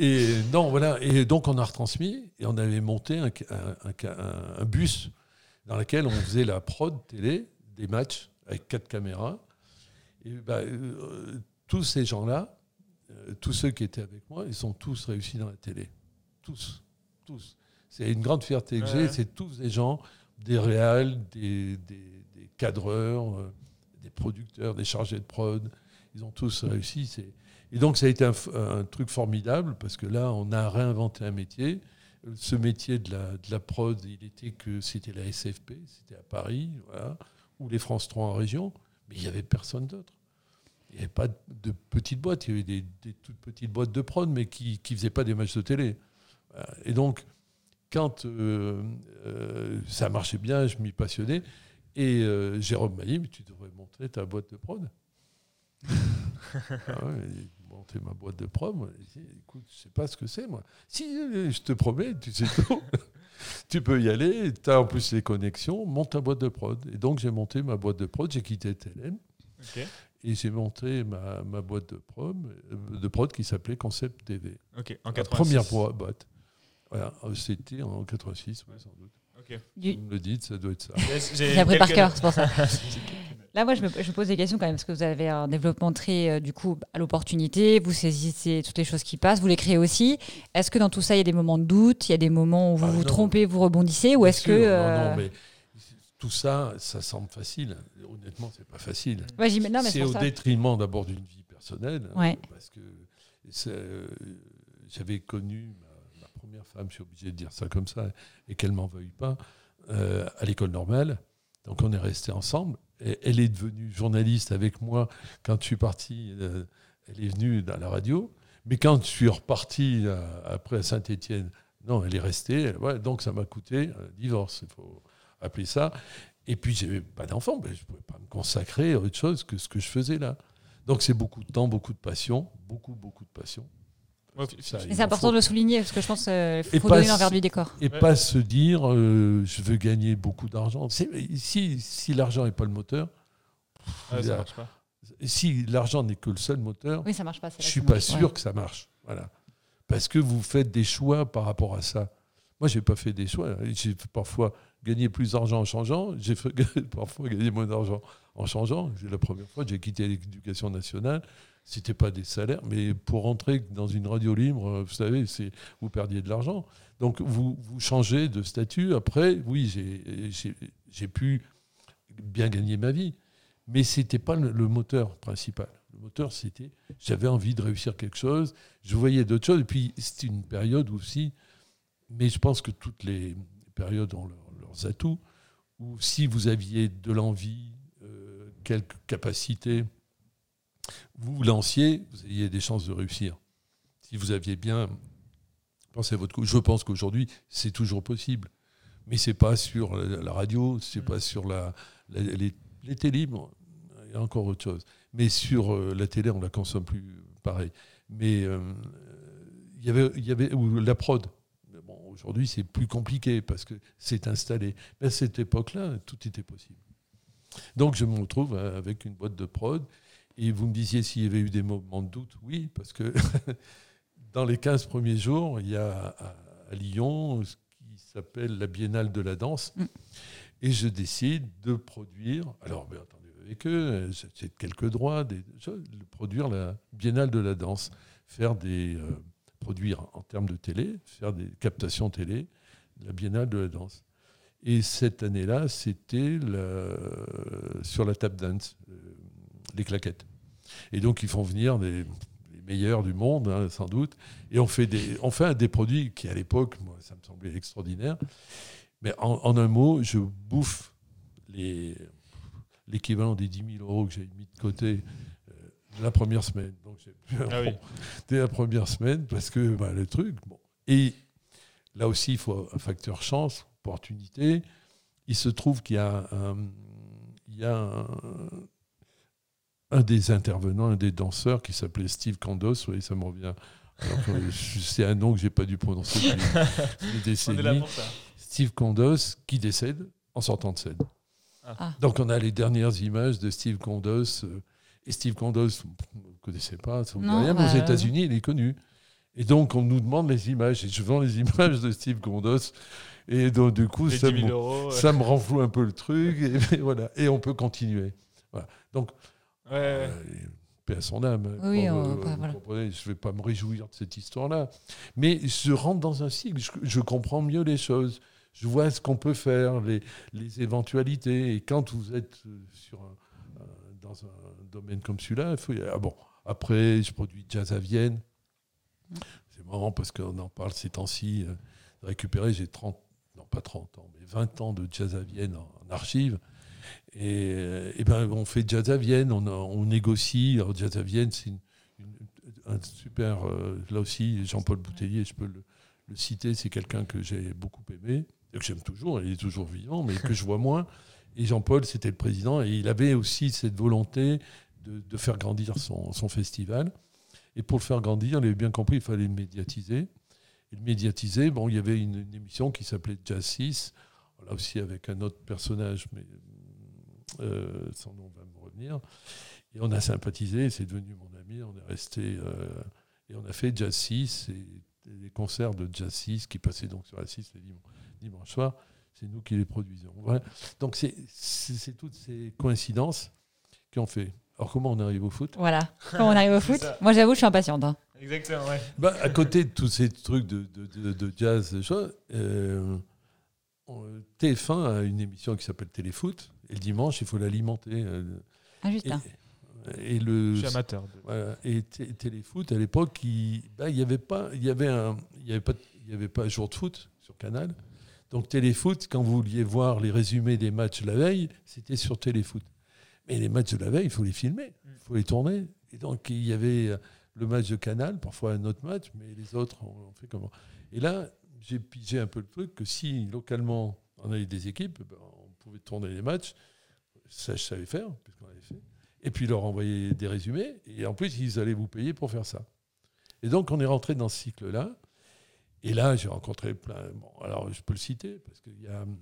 Et donc, on a retransmis et on avait monté un bus dans lequel on faisait la prod télé des matchs avec 4 caméras. Et tous ces gens-là, tous ceux qui étaient avec moi, ils sont tous réussis dans la télé. Tous. C'est une grande fierté que j'ai. C'est tous des gens, des réals, des cadreurs, des producteurs, des chargés de prod. Ils ont tous réussi. Et donc, ça a été un truc formidable parce que là, on a réinventé un métier. Ce métier de la prod, c'était la SFP, c'était à Paris, voilà, ou les France 3 en région, mais il n'y avait personne d'autre. Il n'y avait pas de petites boîtes, il y avait des toutes petites boîtes de prod, mais qui ne faisaient pas des matchs de télé. Voilà. Et donc, quand ça marchait bien, je m'y passionnais. Et Jérôme m'a dit, mais tu devrais monter ta boîte de prod. Monter ma boîte de prod. Moi, j'ai dit, écoute, je ne sais pas ce que c'est, moi. Si, je te promets, tu sais tout. Tu peux y aller, tu as en plus les connexions, monte ta boîte de prod. Et donc, j'ai monté ma boîte de prod, j'ai quitté TLM. Okay. Et j'ai monté ma boîte de prod qui s'appelait Concept TV. Okay. En 86. La première boîte. Voilà, c'était en 86, ouais, sans doute. Okay. Vous me le dites, ça doit être ça. J'ai appris par cœur, c'est pour ça. Là, moi, je me pose des questions quand même, parce que vous avez un développement très, du coup, à l'opportunité, vous saisissez toutes les choses qui passent, vous les créez aussi. Est-ce que dans tout ça, il y a des moments de doute, il y a des moments où vous vous trompez, vous rebondissez, ou est-ce que... Non, mais tout ça, ça semble facile. Honnêtement, c'est pas facile. Ouais, c'est au détriment d'abord d'une vie personnelle, parce que j'avais connu ma première femme, je suis obligé de dire ça comme ça, et qu'elle m'en veuille pas, à l'école normale. Donc on est restés ensemble. Et elle est devenue journaliste avec moi quand je suis parti. Elle est venue dans la radio. Mais quand je suis reparti après à Saint-Étienne, non, elle est restée. Donc ça m'a coûté un divorce, il faut appeler ça. Et puis j'avais pas d'enfant, je ne pouvais pas me consacrer à autre chose que ce que je faisais là. Donc c'est beaucoup de temps, beaucoup de passion, beaucoup de passion. C'est important de le souligner, parce que je pense qu'il faut donner l'envers du décor. Et pas se dire je veux gagner beaucoup d'argent. Si l'argent n'est pas le moteur, ça marche pas. Si l'argent n'est que le seul moteur, ça marche pas, je ne suis pas sûr que ça marche. Voilà. Parce que vous faites des choix par rapport à ça. Moi, je n'ai pas fait des choix. J'ai parfois gagné plus d'argent en changeant. J'ai parfois gagné moins d'argent en changeant. La première fois, j'ai quitté l'Éducation nationale. Ce n'était pas des salaires, mais pour rentrer dans une radio libre, vous savez, vous perdiez de l'argent. Donc, vous changez de statut. Après, oui, j'ai pu bien gagner ma vie. Mais ce n'était pas le moteur principal. Le moteur, c'était j'avais envie de réussir quelque chose. Je voyais d'autres choses. Et puis, c'était une période aussi, mais je pense que toutes les périodes ont leurs atouts, où si vous aviez de l'envie, quelques capacités, vous lanciez, vous ayez des chances de réussir. Si vous aviez bien pensé à votre coup, je pense qu'aujourd'hui, c'est toujours possible. Mais ce n'est pas sur la radio, ce n'est pas sur les télés, bon, il y a encore autre chose. Mais sur la télé, on ne la consomme plus pareil. Mais il y avait ou la prod. Bon, aujourd'hui, c'est plus compliqué parce que c'est installé. Mais à cette époque-là, tout était possible. Donc, je me retrouve avec une boîte de prod. Et vous me disiez s'il y avait eu des moments de doute. Oui, parce que dans les 15 premiers jours, il y a à Lyon ce qui s'appelle la Biennale de la danse. Et je décide de produire, alors bien entendu avec eux, j'ai quelques droits, de produire la Biennale de la danse, produire en termes de télé, faire des captations télé, la Biennale de la danse. Et cette année-là, c'était sur la tap dance, les claquettes. Et donc, ils font venir les meilleurs du monde, hein, sans doute, et on fait des produits qui, à l'époque, moi, ça me semblait extraordinaire. Mais en un mot, je bouffe l'équivalent des 10 000 euros que j'ai mis de côté la première semaine. Donc, j'ai pu dès la première semaine, parce que le truc... Bon. Et là aussi, il faut un facteur chance, opportunité. Il se trouve qu'il y a un des intervenants, un des danseurs qui s'appelait Steve Condos, oui, ça me revient. Alors, c'est un nom que je n'ai pas dû prononcer depuis des décennies. On est là pour ça. Steve Condos qui décède en sortant de scène. Donc on a les dernières images de Steve Condos. Et Steve Condos, vous ne connaissez pas, ça vous dit rien, mais aux États-Unis, il est connu. Et donc on nous demande les images. Et je vends les images de Steve Condos. Et donc du coup, ça me renfloue un peu le truc. Et voilà. Et on peut continuer. Voilà. Donc, paix à son âme. Oui, vous comprenez, je ne vais pas me réjouir de cette histoire-là. Mais je rentre dans un cycle. Je comprends mieux les choses. Je vois ce qu'on peut faire, les éventualités. Et quand vous êtes dans un domaine comme celui-là, il faut y aller. Ah bon, après, je produis Jazz à Vienne. C'est marrant parce qu'on en parle ces temps-ci. Récupéré, j'ai 20 ans de Jazz à Vienne en archive. Et on fait Jazz à Vienne, on négocie. Alors, Jazz à Vienne, c'est un super... là aussi, Jean-Paul Boutellier, je peux le citer, c'est quelqu'un que j'ai beaucoup aimé. Que j'aime toujours, il est toujours vivant, mais que je vois moins. Et Jean-Paul, c'était le président, et il avait aussi cette volonté de faire grandir son festival. Et pour le faire grandir, il avait bien compris, il fallait le médiatiser. Et le médiatiser, il y avait une émission qui s'appelait Jazz 6, là aussi avec un autre personnage, mais son nom va me revenir. Et on a sympathisé, c'est devenu mon ami, on est resté... et on a fait Jazz 6, et les concerts de Jazz 6 qui passaient donc sur la 6 les dimanche soir, c'est nous qui les produisions. Ouais. Donc c'est toutes ces coïncidences qui ont fait. Alors comment on arrive au foot ? Voilà, comment on arrive au foot ? Moi j'avoue, je suis impatiente. Hein. Exactement, ouais. À côté de tous ces trucs de jazz, TF1 a une émission qui s'appelle Téléfoot, et le dimanche, il faut l'alimenter. Justin. Je suis amateur. Voilà, et Téléfoot, à l'époque, il n'y avait pas jour de foot sur Canal. Donc Téléfoot, quand vous vouliez voir les résumés des matchs la veille, c'était sur Téléfoot. Mais les matchs de la veille, il faut les filmer, il faut les tourner. Et donc il y avait le match de Canal, parfois un autre match, mais les autres, on fait comment ? Et là, j'ai pigé un peu le truc que si localement on avait des équipes, on pouvait tourner les matchs. Ça, je savais faire, puisqu'on avait fait. Et puis leur envoyer des résumés. Et en plus, ils allaient vous payer pour faire ça. Et donc, on est rentré dans ce cycle-là. Et là, j'ai rencontré plein... Bon, alors, je peux le citer, parce qu'il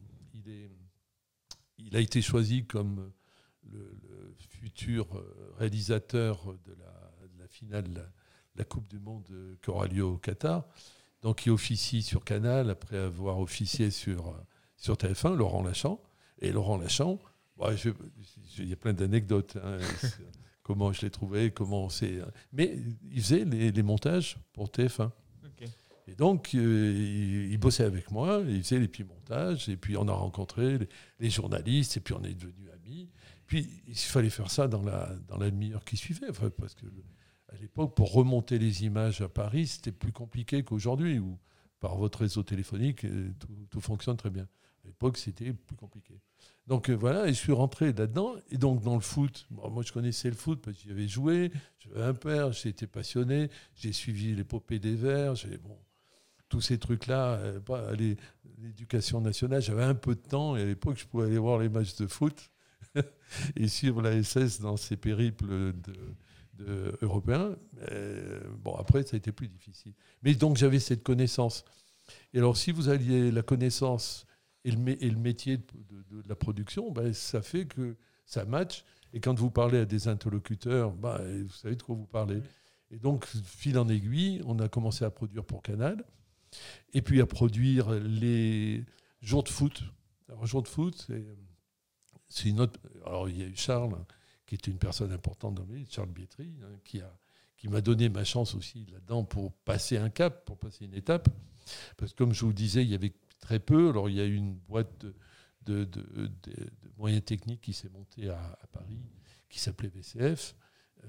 a été choisi comme le futur réalisateur de la finale de la Coupe du Monde qui aura lieu au Qatar. Donc, il officie sur Canal, après avoir officié sur TF1, Laurent Lachamp. Et Laurent Lachamp, il y a plein d'anecdotes. Hein, comment je l'ai trouvé, comment c'est... Mais il faisait les montages pour TF1. Okay. Et donc, il bossait avec moi, il faisait les petits montages, et puis on a rencontré les journalistes, et puis on est devenus amis. Puis, il fallait faire ça dans la demi-heure qui suivait, parce que à l'époque, pour remonter les images à Paris, c'était plus compliqué qu'aujourd'hui, où par votre réseau téléphonique, tout fonctionne très bien. À l'époque, c'était plus compliqué. Donc voilà, et je suis rentré là-dedans. Et donc dans le foot, moi je connaissais le foot parce que j'y avais joué, j'avais un père, j'ai été passionné, j'ai suivi l'épopée des Verts, tous ces trucs-là, l'éducation nationale, j'avais un peu de temps et à l'époque je pouvais aller voir les matchs de foot et suivre la SS dans ses périples européens. Après ça a été plus difficile. Mais donc j'avais cette connaissance. Et alors si vous alliez la connaissance et le métier de la production, ça fait que ça match. Et quand vous parlez à des interlocuteurs, vous savez de quoi vous parlez. Et donc, fil en aiguille, on a commencé à produire pour Canal, et puis à produire les jours de foot. Alors, jours de foot, c'est une autre... Alors, il y a eu Charles, qui était une personne importante dans ma vie, Charles Bietri, qui m'a donné ma chance aussi là-dedans pour passer un cap, pour passer une étape. Parce que comme je vous disais, il y avait très peu. Alors, il y a eu une boîte de moyens techniques qui s'est montée à Paris, qui s'appelait VCF.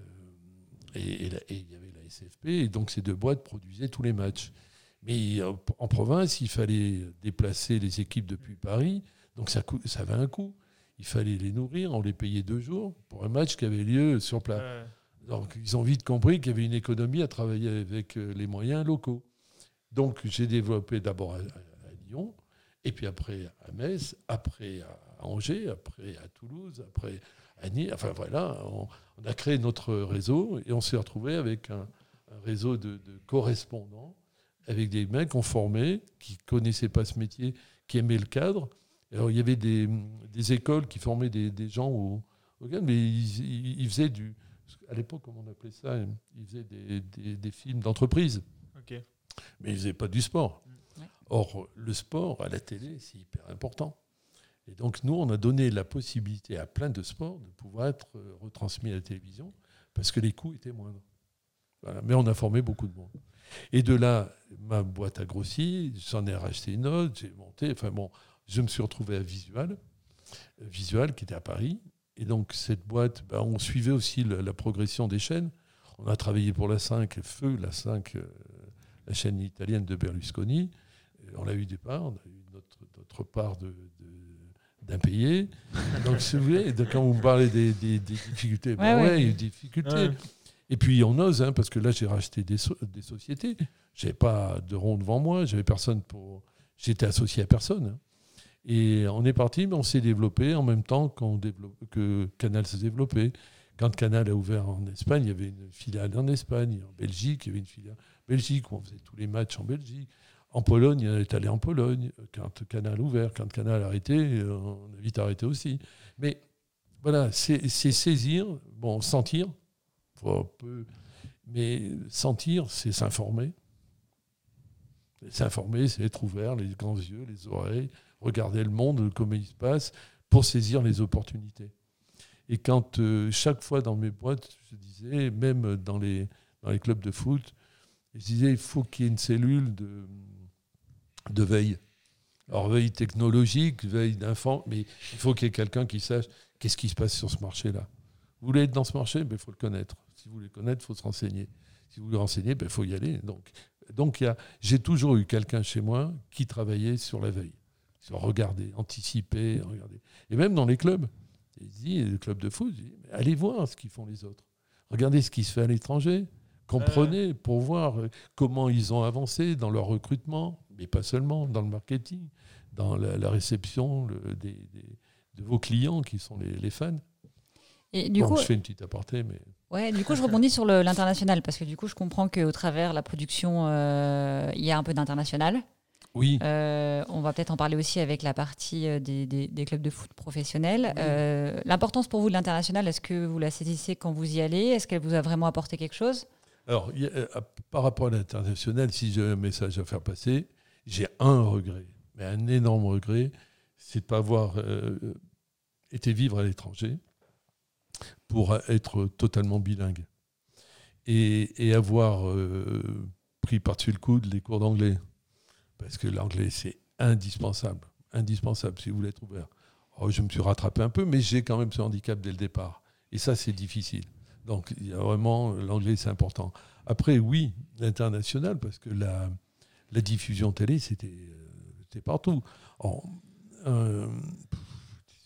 Et il y avait la SFP. Et donc, ces deux boîtes produisaient tous les matchs. Mais en province, il fallait déplacer les équipes depuis Paris. Donc, ça avait un coût. Il fallait les nourrir. On les payait 2 jours pour un match qui avait lieu sur place. Donc, ils ont vite compris qu'il y avait une économie à travailler avec les moyens locaux. Donc, j'ai développé d'abord à Lyon, et puis après à Metz, après à Angers, après à Toulouse, après à Nice. Enfin voilà, on a créé notre réseau et on s'est retrouvé avec un réseau de correspondants, avec des mecs qu'on formait, qui ne connaissaient pas ce métier, qui aimaient le cadre. Alors, il y avait des écoles qui formaient des gens au cadre, mais ils faisaient à l'époque, comment on appelait ça, ils faisaient des films d'entreprise. Ok. Mais ils ne faisaient pas du sport. Or, le sport à la télé, c'est hyper important. Et donc, nous, on a donné la possibilité à plein de sports de pouvoir être retransmis à la télévision parce que les coûts étaient moindres. Voilà. Mais on a formé beaucoup de monde. Et de là, ma boîte a grossi, j'en ai racheté une autre, j'ai monté. Je me suis retrouvé à Visual qui était à Paris. Et donc, cette boîte, on suivait aussi la progression des chaînes. On a travaillé pour la 5, Feu, la 5, la chaîne italienne de Berlusconi. On a eu des parts, on a eu notre part d'impayés. Donc, si vous voulez, quand vous me parlez des difficultés, il y a eu des difficultés. Ouais. Et puis, on ose, parce que là, j'ai racheté des sociétés. Je n'avais pas de rond devant moi, j'avais personne j'étais associé à personne. Et on est parti, mais on s'est développé en même temps que Canal s'est développé. Quand Canal a ouvert en Espagne, il y avait une filiale en Espagne. En Belgique, il y avait une filiale en Belgique où on faisait tous les matchs en Belgique. En Pologne, on est allé en Pologne. Quand Canal a ouvert, quand Canal a arrêté, on a vite arrêté aussi. Mais voilà, c'est saisir, sentir, mais sentir, c'est s'informer. S'informer, c'est être ouvert, les grands yeux, les oreilles, regarder le monde, comment il se passe, pour saisir les opportunités. Et quand chaque fois dans mes boîtes, je disais, même dans les clubs de foot, je disais, il faut qu'il y ait une cellule de veille. Alors, veille technologique, veille d'infant, mais il faut qu'il y ait quelqu'un qui sache qu'est-ce qui se passe sur ce marché-là. Vous voulez être dans ce marché, il faut le connaître. Si vous voulez le connaître, il faut se renseigner. Si vous voulez renseigner, il faut y aller. Donc j'ai toujours eu quelqu'un chez moi qui travaillait sur la veille, sur regarder, anticiper, regarder. Et même dans les clubs, les clubs de foot, allez voir ce qu'ils font les autres. Regardez ce qui se fait à l'étranger. Comprenez pour voir comment ils ont avancé dans leur recrutement, mais pas seulement, dans le marketing, dans la réception de vos clients qui sont les fans. Et du coup, je fais une petite aparté, mais... Ouais, du coup, je rebondis sur l'international, parce que du coup, je comprends qu'au travers de la production, il y a un peu d'international. Oui. On va peut-être en parler aussi avec la partie des clubs de foot professionnels. Oui. L'importance pour vous de l'international, est-ce que vous la saisissez quand vous y allez ? Est-ce qu'elle vous a vraiment apporté quelque chose ? Alors, par rapport à l'international, si j'ai un message à faire passer, j'ai un regret, mais un énorme regret, c'est de ne pas avoir été vivre à l'étranger pour être totalement bilingue et avoir pris par-dessus le coude les cours d'anglais. Parce que l'anglais, c'est indispensable si vous voulez être ouvert. Alors, je me suis rattrapé un peu, mais j'ai quand même ce handicap dès le départ. Et ça, c'est difficile. Donc, il y a vraiment, l'anglais, c'est important. Après, oui, l'international, parce que la diffusion télé, c'était partout. Alors,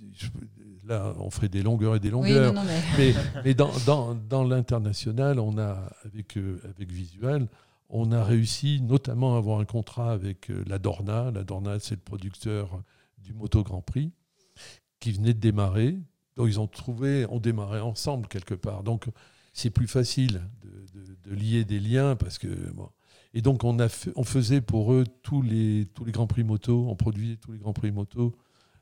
là, on ferait des longueurs et des longueurs. Oui, non, mais... Mais dans l'international, on a, avec Visual, on a réussi notamment à avoir un contrat avec la Dorna. La Dorna, c'est le producteur du Moto Grand Prix, qui venait de démarrer. Donc, on démarrait ensemble quelque part. Donc, c'est plus facile de lier des liens parce que... Bon. Et donc, on faisait pour eux tous les Grands Prix moto. On produisait tous les Grands Prix moto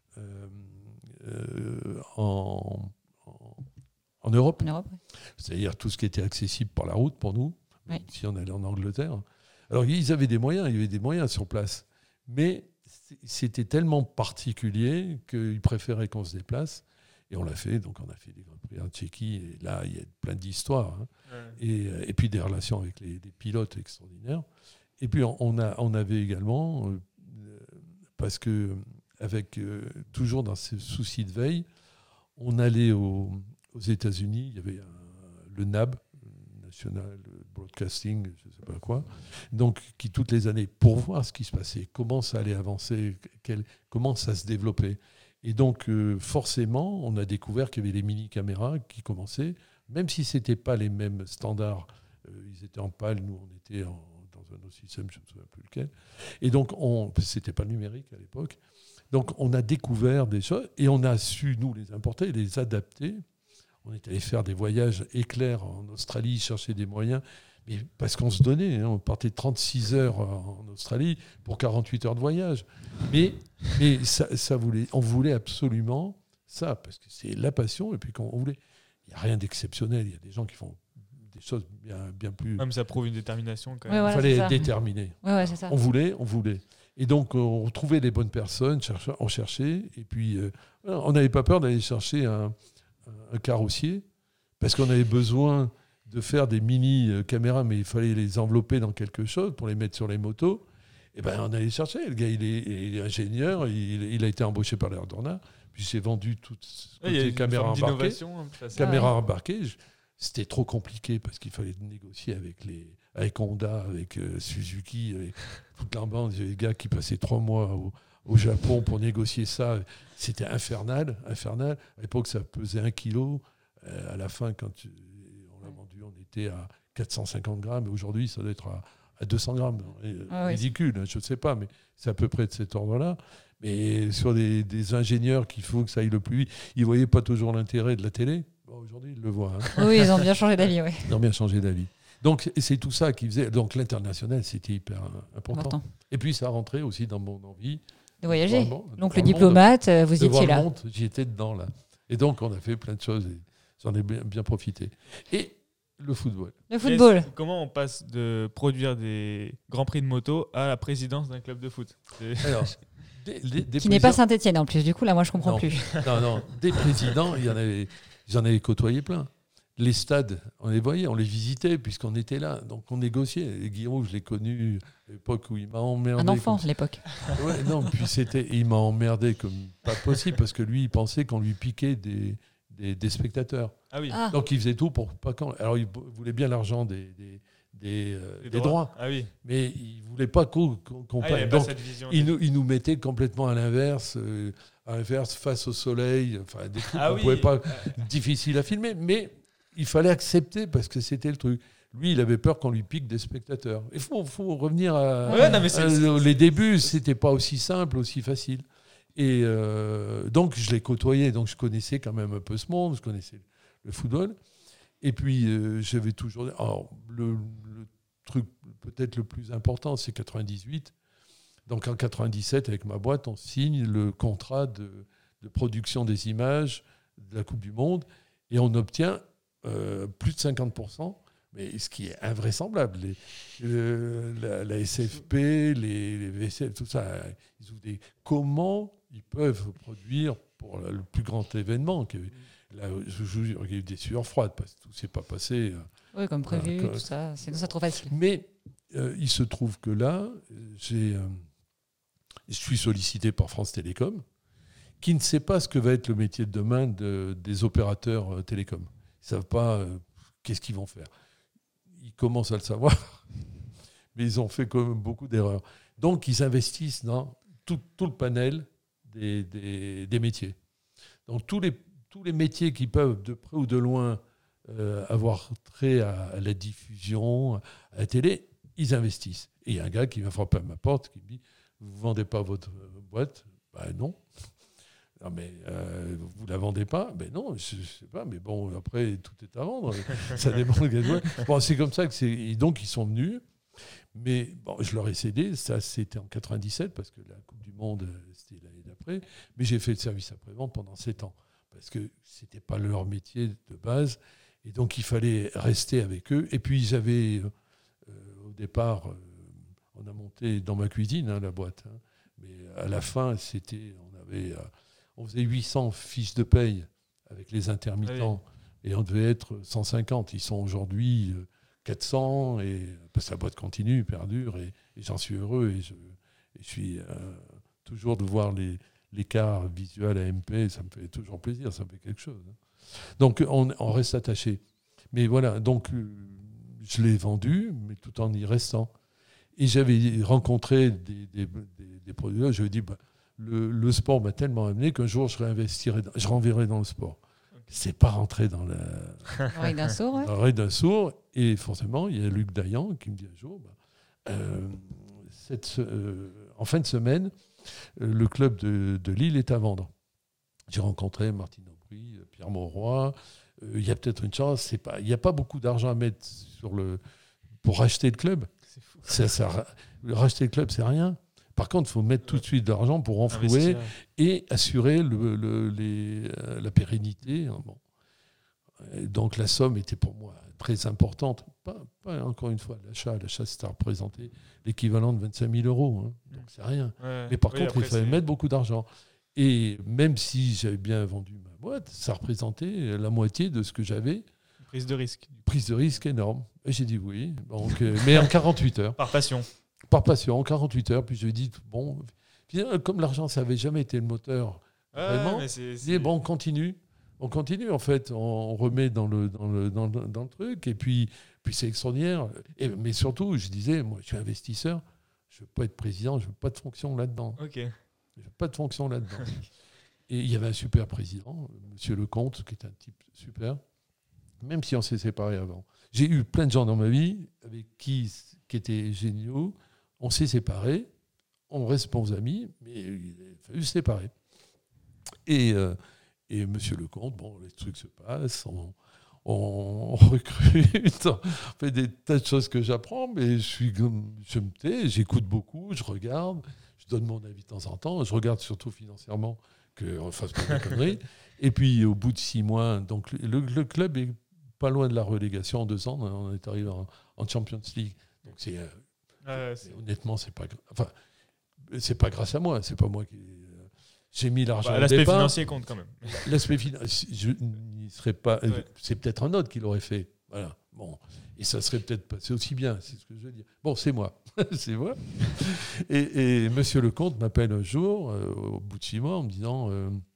en Europe. En Europe, oui. C'est-à-dire tout ce qui était accessible par la route pour nous, Oui. si on allait en Angleterre. Alors, ils avaient des moyens, il y avait des moyens sur place. Mais c'était tellement particulier qu'ils préféraient qu'on se déplace. Et on l'a fait, donc on a fait des Grands Prix en Tchéquie. Et là, il y a plein d'histoires. Hein. Ouais. Et puis des relations avec des pilotes extraordinaires. Et puis on avait également, parce que toujours dans ce souci de veille, on allait aux États-Unis, il y avait le NAB, National Broadcasting, je ne sais pas quoi, donc qui toutes les années, pour voir ce qui se passait, comment ça allait avancer, comment ça se développait. Et donc forcément, on a découvert qu'il y avait les mini-caméras qui commençaient, même si ce n'étaient pas les mêmes standards, ils étaient en PAL, nous on était dans un autre système, je ne me souviens plus lequel. Et donc, ce n'était pas numérique à l'époque. Donc on a découvert des choses et on a su, nous, les importer, les adapter. On est allé faire des voyages éclairs en Australie, chercher des moyens, mais parce qu'on se donnait. Hein, on partait 36 heures en Australie pour 48 heures de voyage. Mais on voulait absolument ça, parce que c'est la passion. Et puis quand on voulait, il n'y a rien d'exceptionnel. Il y a des gens qui font des choses bien plus... Même ça prouve une détermination quand même. Ouais, voilà, il fallait être déterminé. Ouais, c'est ça. On voulait. Et donc, on trouvait les bonnes personnes, on cherchait. Et puis, on n'avait pas peur d'aller chercher un carrossier, parce qu'on avait besoin de faire des mini-caméras, mais il fallait les envelopper dans quelque chose pour les mettre sur les motos. Et ben, on allait chercher. Le gars, il est ingénieur, il a été embauché par l'Ardorna, puis j'ai vendu toutes les caméras embarquées. Caméras embarquées. C'était trop compliqué parce qu'il fallait négocier avec Honda, avec Suzuki, avec toute la bande. Il y avait des gars qui passaient 3 mois au Japon pour négocier ça. C'était infernal. À l'époque, ça pesait 1 kilo. À la fin, quand on l'a vendu, on était à 450 grammes. Et aujourd'hui, ça doit être à 200 grammes. Ridicule, je ne sais pas, mais c'est à peu près de cet ordre-là. Mais sur des ingénieurs qu'il faut que ça aille le plus vite, ils ne voyaient pas toujours l'intérêt de la télé. Bon, aujourd'hui, ils le voient. Hein. Oui, ils ont bien changé d'avis. Oui. Ils ont bien changé d'avis. Donc, c'est tout ça qui faisait. Donc, l'international, c'était hyper important. Et puis, ça rentrait aussi dans mon envie de voyager. Donc, le diplomate, vous étiez là. J'y étais dedans, là. Et donc, on a fait plein de choses et j'en ai bien profité. Et le football. Comment on passe de produire des grands prix de moto à la présidence d'un club de foot? Alors, qui n'est pas Saint-Étienne en plus. Du coup, là, moi, je comprends plus. Non. Des présidents, j'en avais côtoyé plein. Les stades, on les voyait, on les visitait puisqu'on était là. Donc, on négociait. Et Guillaume, je l'ai connu à l'époque où il m'a emmerdé. Un enfant, à l'époque. Ouais, non, puis il m'a emmerdé comme pas possible parce que lui, il pensait qu'on lui piquait des spectateurs. Ah oui. Donc, il faisait tout pour pas qu'on... Alors, il voulait bien l'argent des droits. Ah oui. Mais il ne voulait pas qu'on paye. Donc, il nous mettait complètement à l'inverse, face au soleil. Enfin, des trucs qu'on ne pouvait pas... difficile à filmer, mais il fallait accepter parce que c'était le truc. Lui, il avait peur qu'on lui pique des spectateurs. Il faut revenir à... les débuts, ce n'était pas aussi simple, aussi facile. Et donc, je l'ai côtoyé, donc je connaissais quand même un peu ce monde, je connaissais le football. Et puis, j'avais toujours... Alors, le truc peut-être le plus important, c'est 98. Donc, en 97, avec ma boîte, on signe le contrat de production des images de la Coupe du Monde et on obtient plus de 50%. Mais ce qui est invraisemblable, la SFP, les VCL, tout ça, comment ils peuvent produire pour le plus grand événement là, il y a eu des sueurs froides parce que tout ne s'est pas passé. Oui, comme prévu, tout ça. C'est trop facile. Mais il se trouve que là, je suis sollicité par France Télécom, qui ne sait pas ce que va être le métier de demain des opérateurs télécoms. Ils ne savent pas qu'est-ce qu'ils vont faire. Ils commencent à le savoir, mais ils ont fait quand même beaucoup d'erreurs. Donc, ils investissent dans tout le panel des métiers. Donc tous les métiers qui peuvent, de près ou de loin, avoir trait à la diffusion, à la télé, ils investissent. Et il y a un gars qui va frapper à ma porte, qui me dit « Vous ne vendez pas votre boîte ?» Ben non. Non, mais vous ne la vendez pas? Ben non, je ne sais pas. Mais bon, après, tout est à vendre. Ça dépend de gasoil. Bon, c'est comme ça que c'est. Et donc, ils sont venus. Mais bon, je leur ai cédé. Ça, c'était en 97, parce que la Coupe du Monde, c'était l'année d'après. Mais j'ai fait le service après-vente pendant 7 ans. Parce que ce n'était pas leur métier de base. Et donc, il fallait rester avec eux. Et puis, ils avaient, au départ, on a monté dans ma cuisine, la boîte. Mais à la fin, on faisait 800 fiches de paye avec les intermittents. Et on devait être 150. Ils sont aujourd'hui 400. Parce que la boîte continue, perdure. Et j'en suis heureux. Et je suis toujours de voir l'écart visuel à MP. Ça me fait toujours plaisir. Ça me fait quelque chose. Donc, on reste attaché. Mais voilà. Donc, je l'ai vendu, mais tout en y restant. Et j'avais rencontré des producteurs. Je lui ai dit, le sport m'a tellement amené qu'un jour, je renverrai dans le sport. Okay. C'est pas rentré dans l'oreille d'un sourd. Ouais. Dans l'oreille d'un sourd. Et forcément, il y a Luc Dayan qui me dit un jour, en fin de semaine, le club de Lille est à vendre. J'ai rencontré Martine Aubry, Pierre Mauroy. Il y a peut-être une chance. Il n'y a pas beaucoup d'argent à mettre pour racheter le club. C'est fou. Racheter le club, c'est rien. Par contre, il faut mettre tout de suite de l'argent pour renflouer et assurer la pérennité. Bon. Donc la somme était pour moi très importante. Pas encore une fois, l'achat, ça représentait l'équivalent de 25 000 €. Hein. Donc c'est rien. Ouais. Mais par contre, il fallait mettre beaucoup d'argent. Et même si j'avais bien vendu ma boîte, ça représentait la moitié de ce que j'avais. Prise de risque. Prise de risque énorme. Et j'ai dit oui. Donc, mais en 48 heures. Par passion. Par passion, en 48 heures. Puis je lui ai dit, bon, comme l'argent, ça n'avait jamais été le moteur, vraiment, j'ai dit, bon, on continue. On continue, en fait. On remet dans le truc. Et puis c'est extraordinaire. Mais surtout, je disais, moi, je suis investisseur. Je ne veux pas être président. Je ne veux pas de fonction là-dedans. Ok. Je veux pas de fonction là-dedans. Et il y avait un super président, Monsieur Lecomte, qui est un type super, même si on s'est séparés avant. J'ai eu plein de gens dans ma vie avec qui étaient géniaux. On s'est séparés, on reste bons amis, mais il a fallu se séparer. Et Monsieur Lecomte, bon, les trucs se passent, on recrute, on fait des tas de choses que j'apprends, mais je me tais, j'écoute beaucoup, je regarde, je donne mon avis de temps en temps, je regarde surtout financièrement qu'on ne fasse pas de conneries. Et puis, au bout de 6 mois, donc, le club est pas loin de la relégation en 2 ans, on est arrivé en Champions League. Donc, honnêtement, c'est pas grâce à moi, c'est pas moi qui... J'ai mis l'argent au l'aspect départ. Financier compte quand même. L'aspect financier, je n'y serais pas... Ouais. C'est peut-être un autre qui l'aurait fait. Voilà. Bon. Et ça serait peut-être passé aussi bien, c'est ce que je veux dire. Bon, c'est moi. C'est moi. Et Monsieur Lecomte m'appelle un jour, au bout de 6 mois, en me disant...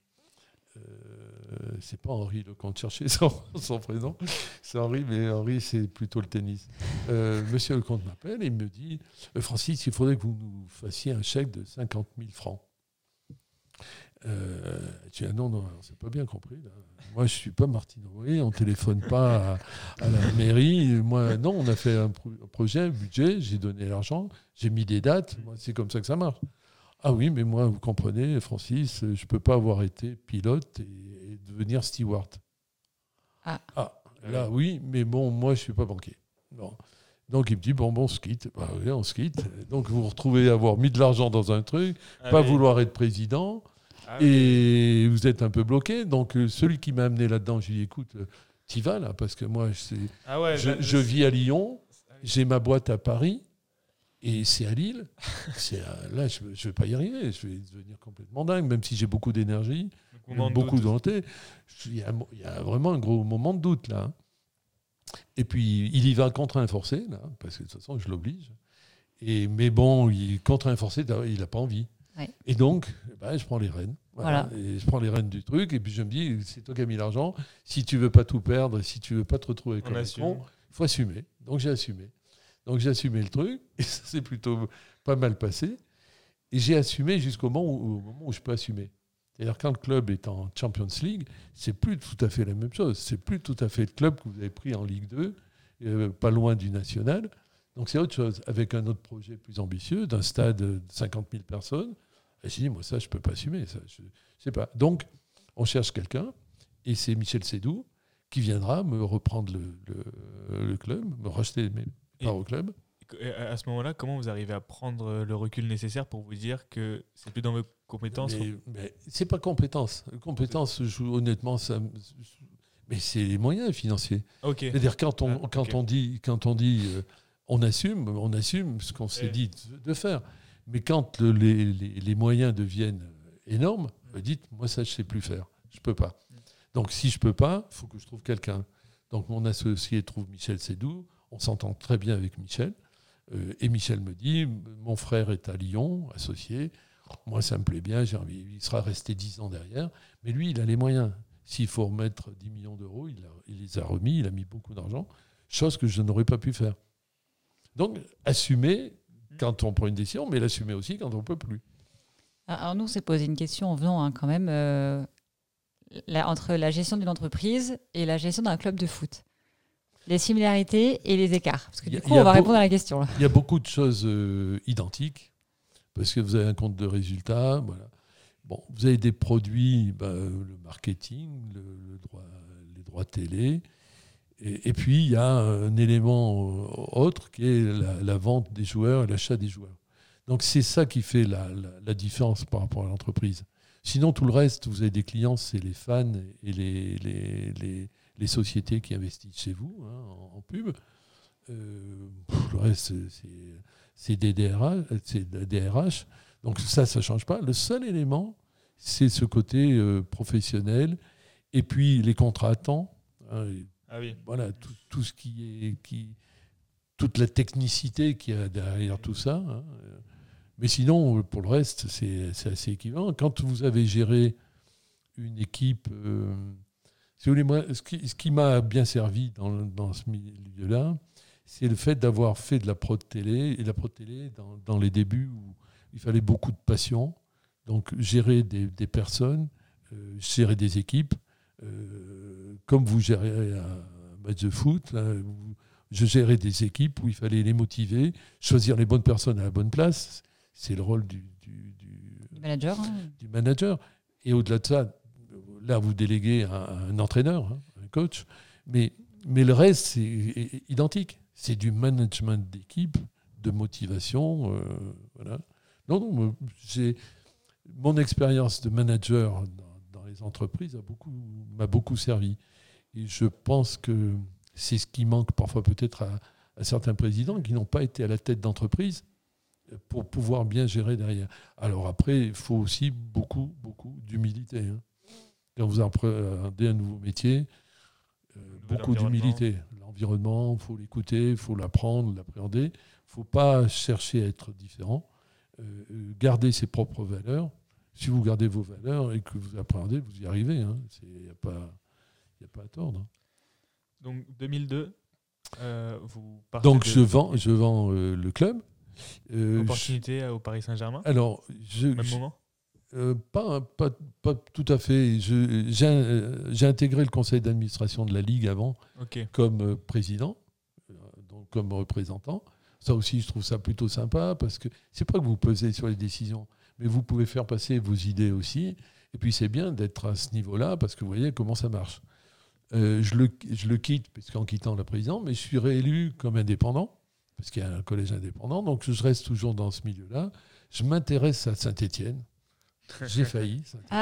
c'est pas Henri Lecomte, chercher son prénom. C'est Henri, mais Henri, c'est plutôt le tennis. Monsieur Lecomte m'appelle et il me dit « Francis, il faudrait que vous nous fassiez un chèque de 50 000 francs. » Je dis « Non, c'est pas bien compris. Là. Moi, je suis pas Martine Aubry, on téléphone pas à la mairie. Moi, non, on a fait un projet, un budget, j'ai donné l'argent, j'ai mis des dates. Moi, c'est comme ça que ça marche. Ah oui, mais moi, vous comprenez, Francis, je ne peux pas avoir été pilote et devenir steward. Ah, là, oui, mais bon, moi, je ne suis pas banquier. Bon. Donc, il me dit, bon, on se quitte. Bah, oui, on se quitte. Donc, vous vous retrouvez à avoir mis de l'argent dans un truc, vouloir être président, et vous êtes un peu bloqué. Donc, celui qui m'a amené là-dedans, je lui ai dit, écoute, t'y vas, là, parce que moi, je vis à Lyon, j'ai ma boîte à Paris, et c'est à Lille. Là, je ne vais pas y arriver. Je vais devenir complètement dingue, même si j'ai beaucoup d'énergie, beaucoup de volonté. Il y a vraiment un gros moment de doute, là. Et puis, il y va contraint forcé, là, parce que de toute façon, je l'oblige. Mais bon, il contraint forcé, il n'a pas envie. Ouais. Et donc, je prends les rênes. Voilà. Et je prends les rênes du truc, et puis je me dis, c'est toi qui as mis l'argent. Si tu ne veux pas tout perdre, si tu ne veux pas te retrouver comme un con, il faut assumer. Donc, j'ai assumé. Donc j'ai assumé le truc, et ça s'est plutôt pas mal passé. Et j'ai assumé jusqu'au moment où je peux assumer. C'est-à-dire quand le club est en Champions League, c'est plus tout à fait la même chose. C'est plus tout à fait le club que vous avez pris en Ligue 2, pas loin du national. Donc c'est autre chose, avec un autre projet plus ambitieux, d'un stade de 50 000 personnes. Et j'ai dit, moi ça, je ne peux pas assumer. Ça, je sais pas. Donc on cherche quelqu'un, et c'est Michel Sédou qui viendra me reprendre le club, me racheter mes parts au club. Et à ce moment-là, comment vous arrivez à prendre le recul nécessaire pour vous dire que c'est plus dans vos compétences? Mais c'est pas compétence. Compétence, honnêtement, mais c'est les moyens financiers. Okay. C'est-à-dire quand on dit on assume ce qu'on s'est dit de faire. Mais quand les moyens deviennent énormes, vous dites, moi ça je sais plus faire, je peux pas. Donc si je peux pas, il faut que je trouve quelqu'un. Donc mon associé trouve Michel Sédou, on s'entend très bien avec Michel. Et Michel me dit, mon frère est à Lyon, associé, moi ça me plaît bien, j'ai envie, il sera resté 10 ans derrière, mais lui il a les moyens. S'il faut remettre 10 millions d'euros, il les a remis, il a mis beaucoup d'argent, chose que je n'aurais pas pu faire. Donc assumer quand on prend une décision, mais l'assumer aussi quand on ne peut plus. Alors nous, on s'est posé une question en venant quand même entre la gestion d'une entreprise et la gestion d'un club de foot. Les similarités et les écarts. Parce que du coup, on va répondre à la question. Là. Il y a beaucoup de choses identiques, parce que vous avez un compte de résultats. Voilà. Bon, vous avez des produits, le marketing, les droits télé. Et puis, il y a un élément autre qui est la vente des joueurs et l'achat des joueurs. Donc, c'est ça qui fait la différence par rapport à l'entreprise. Sinon, tout le reste, vous avez des clients, c'est les fans et les sociétés qui investissent chez vous en pub. Le reste, c'est des DRH. Donc ça ne change pas. Le seul élément, c'est ce côté professionnel. Et puis les contrats à temps. Voilà, tout ce toute la technicité qu'il y a derrière tout ça. Mais sinon, pour le reste, c'est assez équivalent. Quand vous avez géré une équipe... ce qui m'a bien servi dans ce milieu-là, c'est le fait d'avoir fait de la prod télé, et la prod télé dans les débuts où il fallait beaucoup de passion, donc gérer des personnes, gérer des équipes, comme vous gérez un match de foot, là, je gérais des équipes où il fallait les motiver, choisir les bonnes personnes à la bonne place, c'est le rôle du manager. Du manager. Et au-delà de ça, là, vous déléguez un entraîneur, un coach, mais le reste, c'est identique. C'est du management d'équipe, de motivation. Voilà. Non, mon expérience de manager dans les entreprises m'a beaucoup servi. Et je pense que c'est ce qui manque parfois peut-être à certains présidents qui n'ont pas été à la tête d'entreprise pour pouvoir bien gérer derrière. Alors après, il faut aussi beaucoup d'humilité. Quand vous apprenez un nouveau métier, beaucoup d'humilité. L'environnement, il faut l'écouter, il faut l'apprendre, l'appréhender. Il ne faut pas chercher à être différent. Garder ses propres valeurs. Si vous gardez vos valeurs et que vous appréhendez, vous y arrivez. Il n'y a pas à tordre. Donc 2002, vous partez. Donc je vends le club. Opportunité au Paris Saint-Germain. Alors, même moment. Pas tout à fait. J'ai intégré le conseil d'administration de la Ligue avant, comme président, donc comme représentant. Ça aussi, je trouve ça plutôt sympa parce que c'est pas que vous pesez sur les décisions, mais vous pouvez faire passer vos idées aussi. Et puis c'est bien d'être à ce niveau-là parce que vous voyez comment ça marche. Je le quitte, puisqu'en quittant le président, mais je suis réélu comme indépendant, parce qu'il y a un collège indépendant, donc je reste toujours dans ce milieu-là. Je m'intéresse à Saint-Étienne. J'ai failli.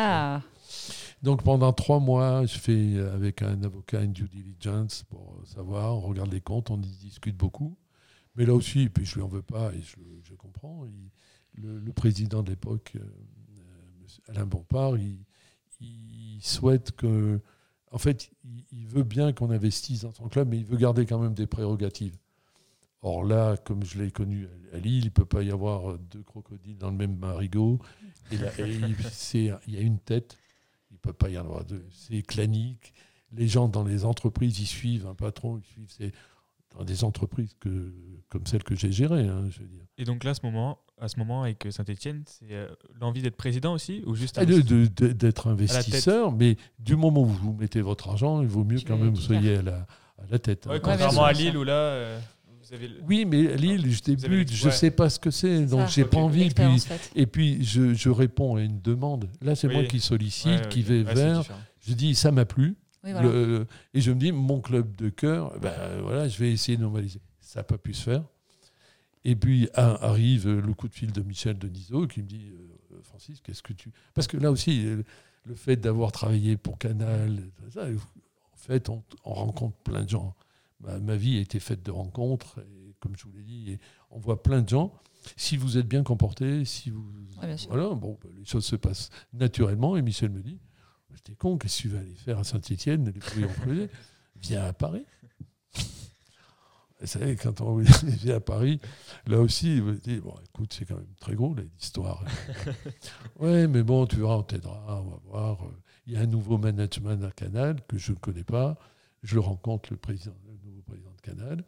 Donc pendant 3 mois, je fais avec un avocat une due diligence pour savoir, on regarde les comptes, on y discute beaucoup. Mais là aussi, et puis je lui en veux pas, et je comprends. Le président de l'époque, Alain Bompard, il souhaite que... En fait, il veut bien qu'on investisse dans son club, mais il veut garder quand même des prérogatives. Or là, comme je l'ai connu à Lille, il ne peut pas y avoir 2 crocodiles dans le même marigot. Il y a une tête, il ne peut pas y en avoir 2. C'est clanique. Les gens dans les entreprises, ils suivent un patron, ils suivent dans des entreprises comme celles que j'ai gérées. Je veux dire. Et donc là, à ce moment, à ce moment avec Saint-Etienne, c'est l'envie d'être président aussi ou juste d'être investisseur, mais du moment où vous mettez votre argent, il vaut mieux quand même que vous soyez à la tête. Ouais, contrairement à Lille où là... Oui, mais à Lille, je débute, je ne sais pas ce que c'est, donc je n'ai pas envie. Et puis, je réponds à une demande. Là, c'est moi qui sollicite, qui vais vers. Je dis, ça m'a plu. Oui, voilà. Et je me dis, mon club de cœur, voilà, je vais essayer de normaliser. Ça n'a pas pu se faire. Et puis arrive le coup de fil de Michel Denisot qui me dit, Francis, qu'est-ce que tu... Parce que là aussi, le fait d'avoir travaillé pour Canal, ça, en fait, on rencontre plein de gens. Ma vie a été faite de rencontres, et comme je vous l'ai dit, on voit plein de gens. Si vous êtes bien comporté, si vous... voilà, les choses se passent naturellement. Et Michel me dit, t'es con, qu'est-ce que tu vas aller faire à Saint-Etienne, les Pouilles en Creuset ? Viens à Paris. Vous savez, quand on vient à Paris, là aussi, il me dit, écoute, c'est quand même très gros, l'histoire. Ouais, mais bon, tu verras, on t'aidera, on va voir. Il y a un nouveau management à Canal que je ne connais pas. Je le rencontre, le nouveau président de Canal.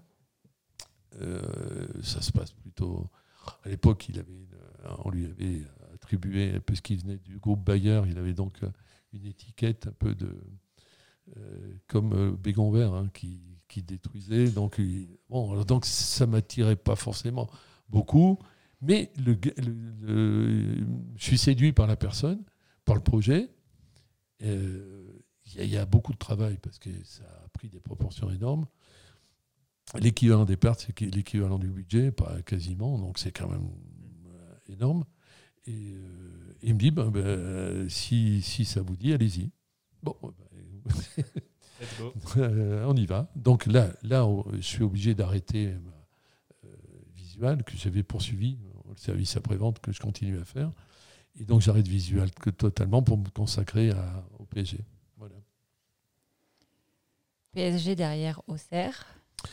Ça se passe plutôt... À l'époque, on lui avait attribué, puisqu'il venait du groupe Bayer, il avait donc une étiquette un peu comme Bégon Vert, qui détruisait. Donc ça ne m'attirait pas forcément beaucoup. Mais je suis séduit par la personne, par le projet. Il y a beaucoup de travail parce que ça a pris des proportions énormes. L'équivalent des pertes, c'est l'équivalent du budget, pas quasiment, donc c'est quand même énorme. Et il me dit, si ça vous dit, allez-y. Bon, on y va. Donc là, je suis obligé d'arrêter Visual, que j'avais poursuivi, le service après-vente que je continue à faire. Et donc j'arrête Visual totalement pour me consacrer au PSG. Voilà. PSG derrière Auxerre.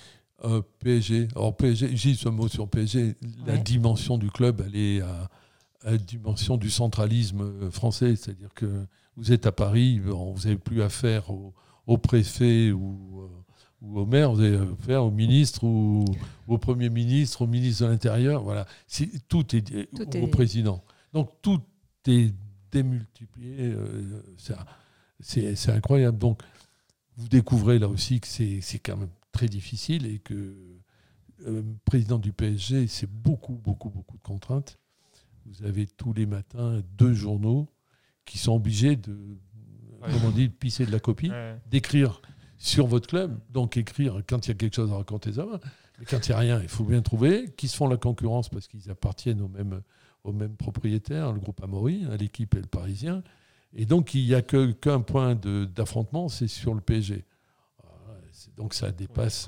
PSG. Alors PSG, j'ai ce mot sur PSG. La dimension du club, elle est à la dimension du centralisme français. C'est-à-dire que vous êtes à Paris, vous n'avez plus affaire au préfet ou au maire, vous avez affaire au ministre ou au Premier ministre, au ministre de l'Intérieur. Voilà. Tout est au président. Donc tout est démultiplié. C'est incroyable. Donc vous découvrez là aussi que c'est quand même très difficile et que président du PSG, c'est beaucoup de contraintes. Vous avez tous les matins 2 journaux qui sont obligés de, comme on dit, de pisser de la copie, d'écrire sur votre club, donc écrire quand il y a quelque chose à raconter, ça va. Mais quand il n'y a rien, il faut bien trouver, qui se font la concurrence parce qu'ils appartiennent au même propriétaire, le groupe Amaury, l'équipe et le Parisien. Et donc, il n'y a qu'un point d'affrontement, c'est sur le PSG. Donc ça dépasse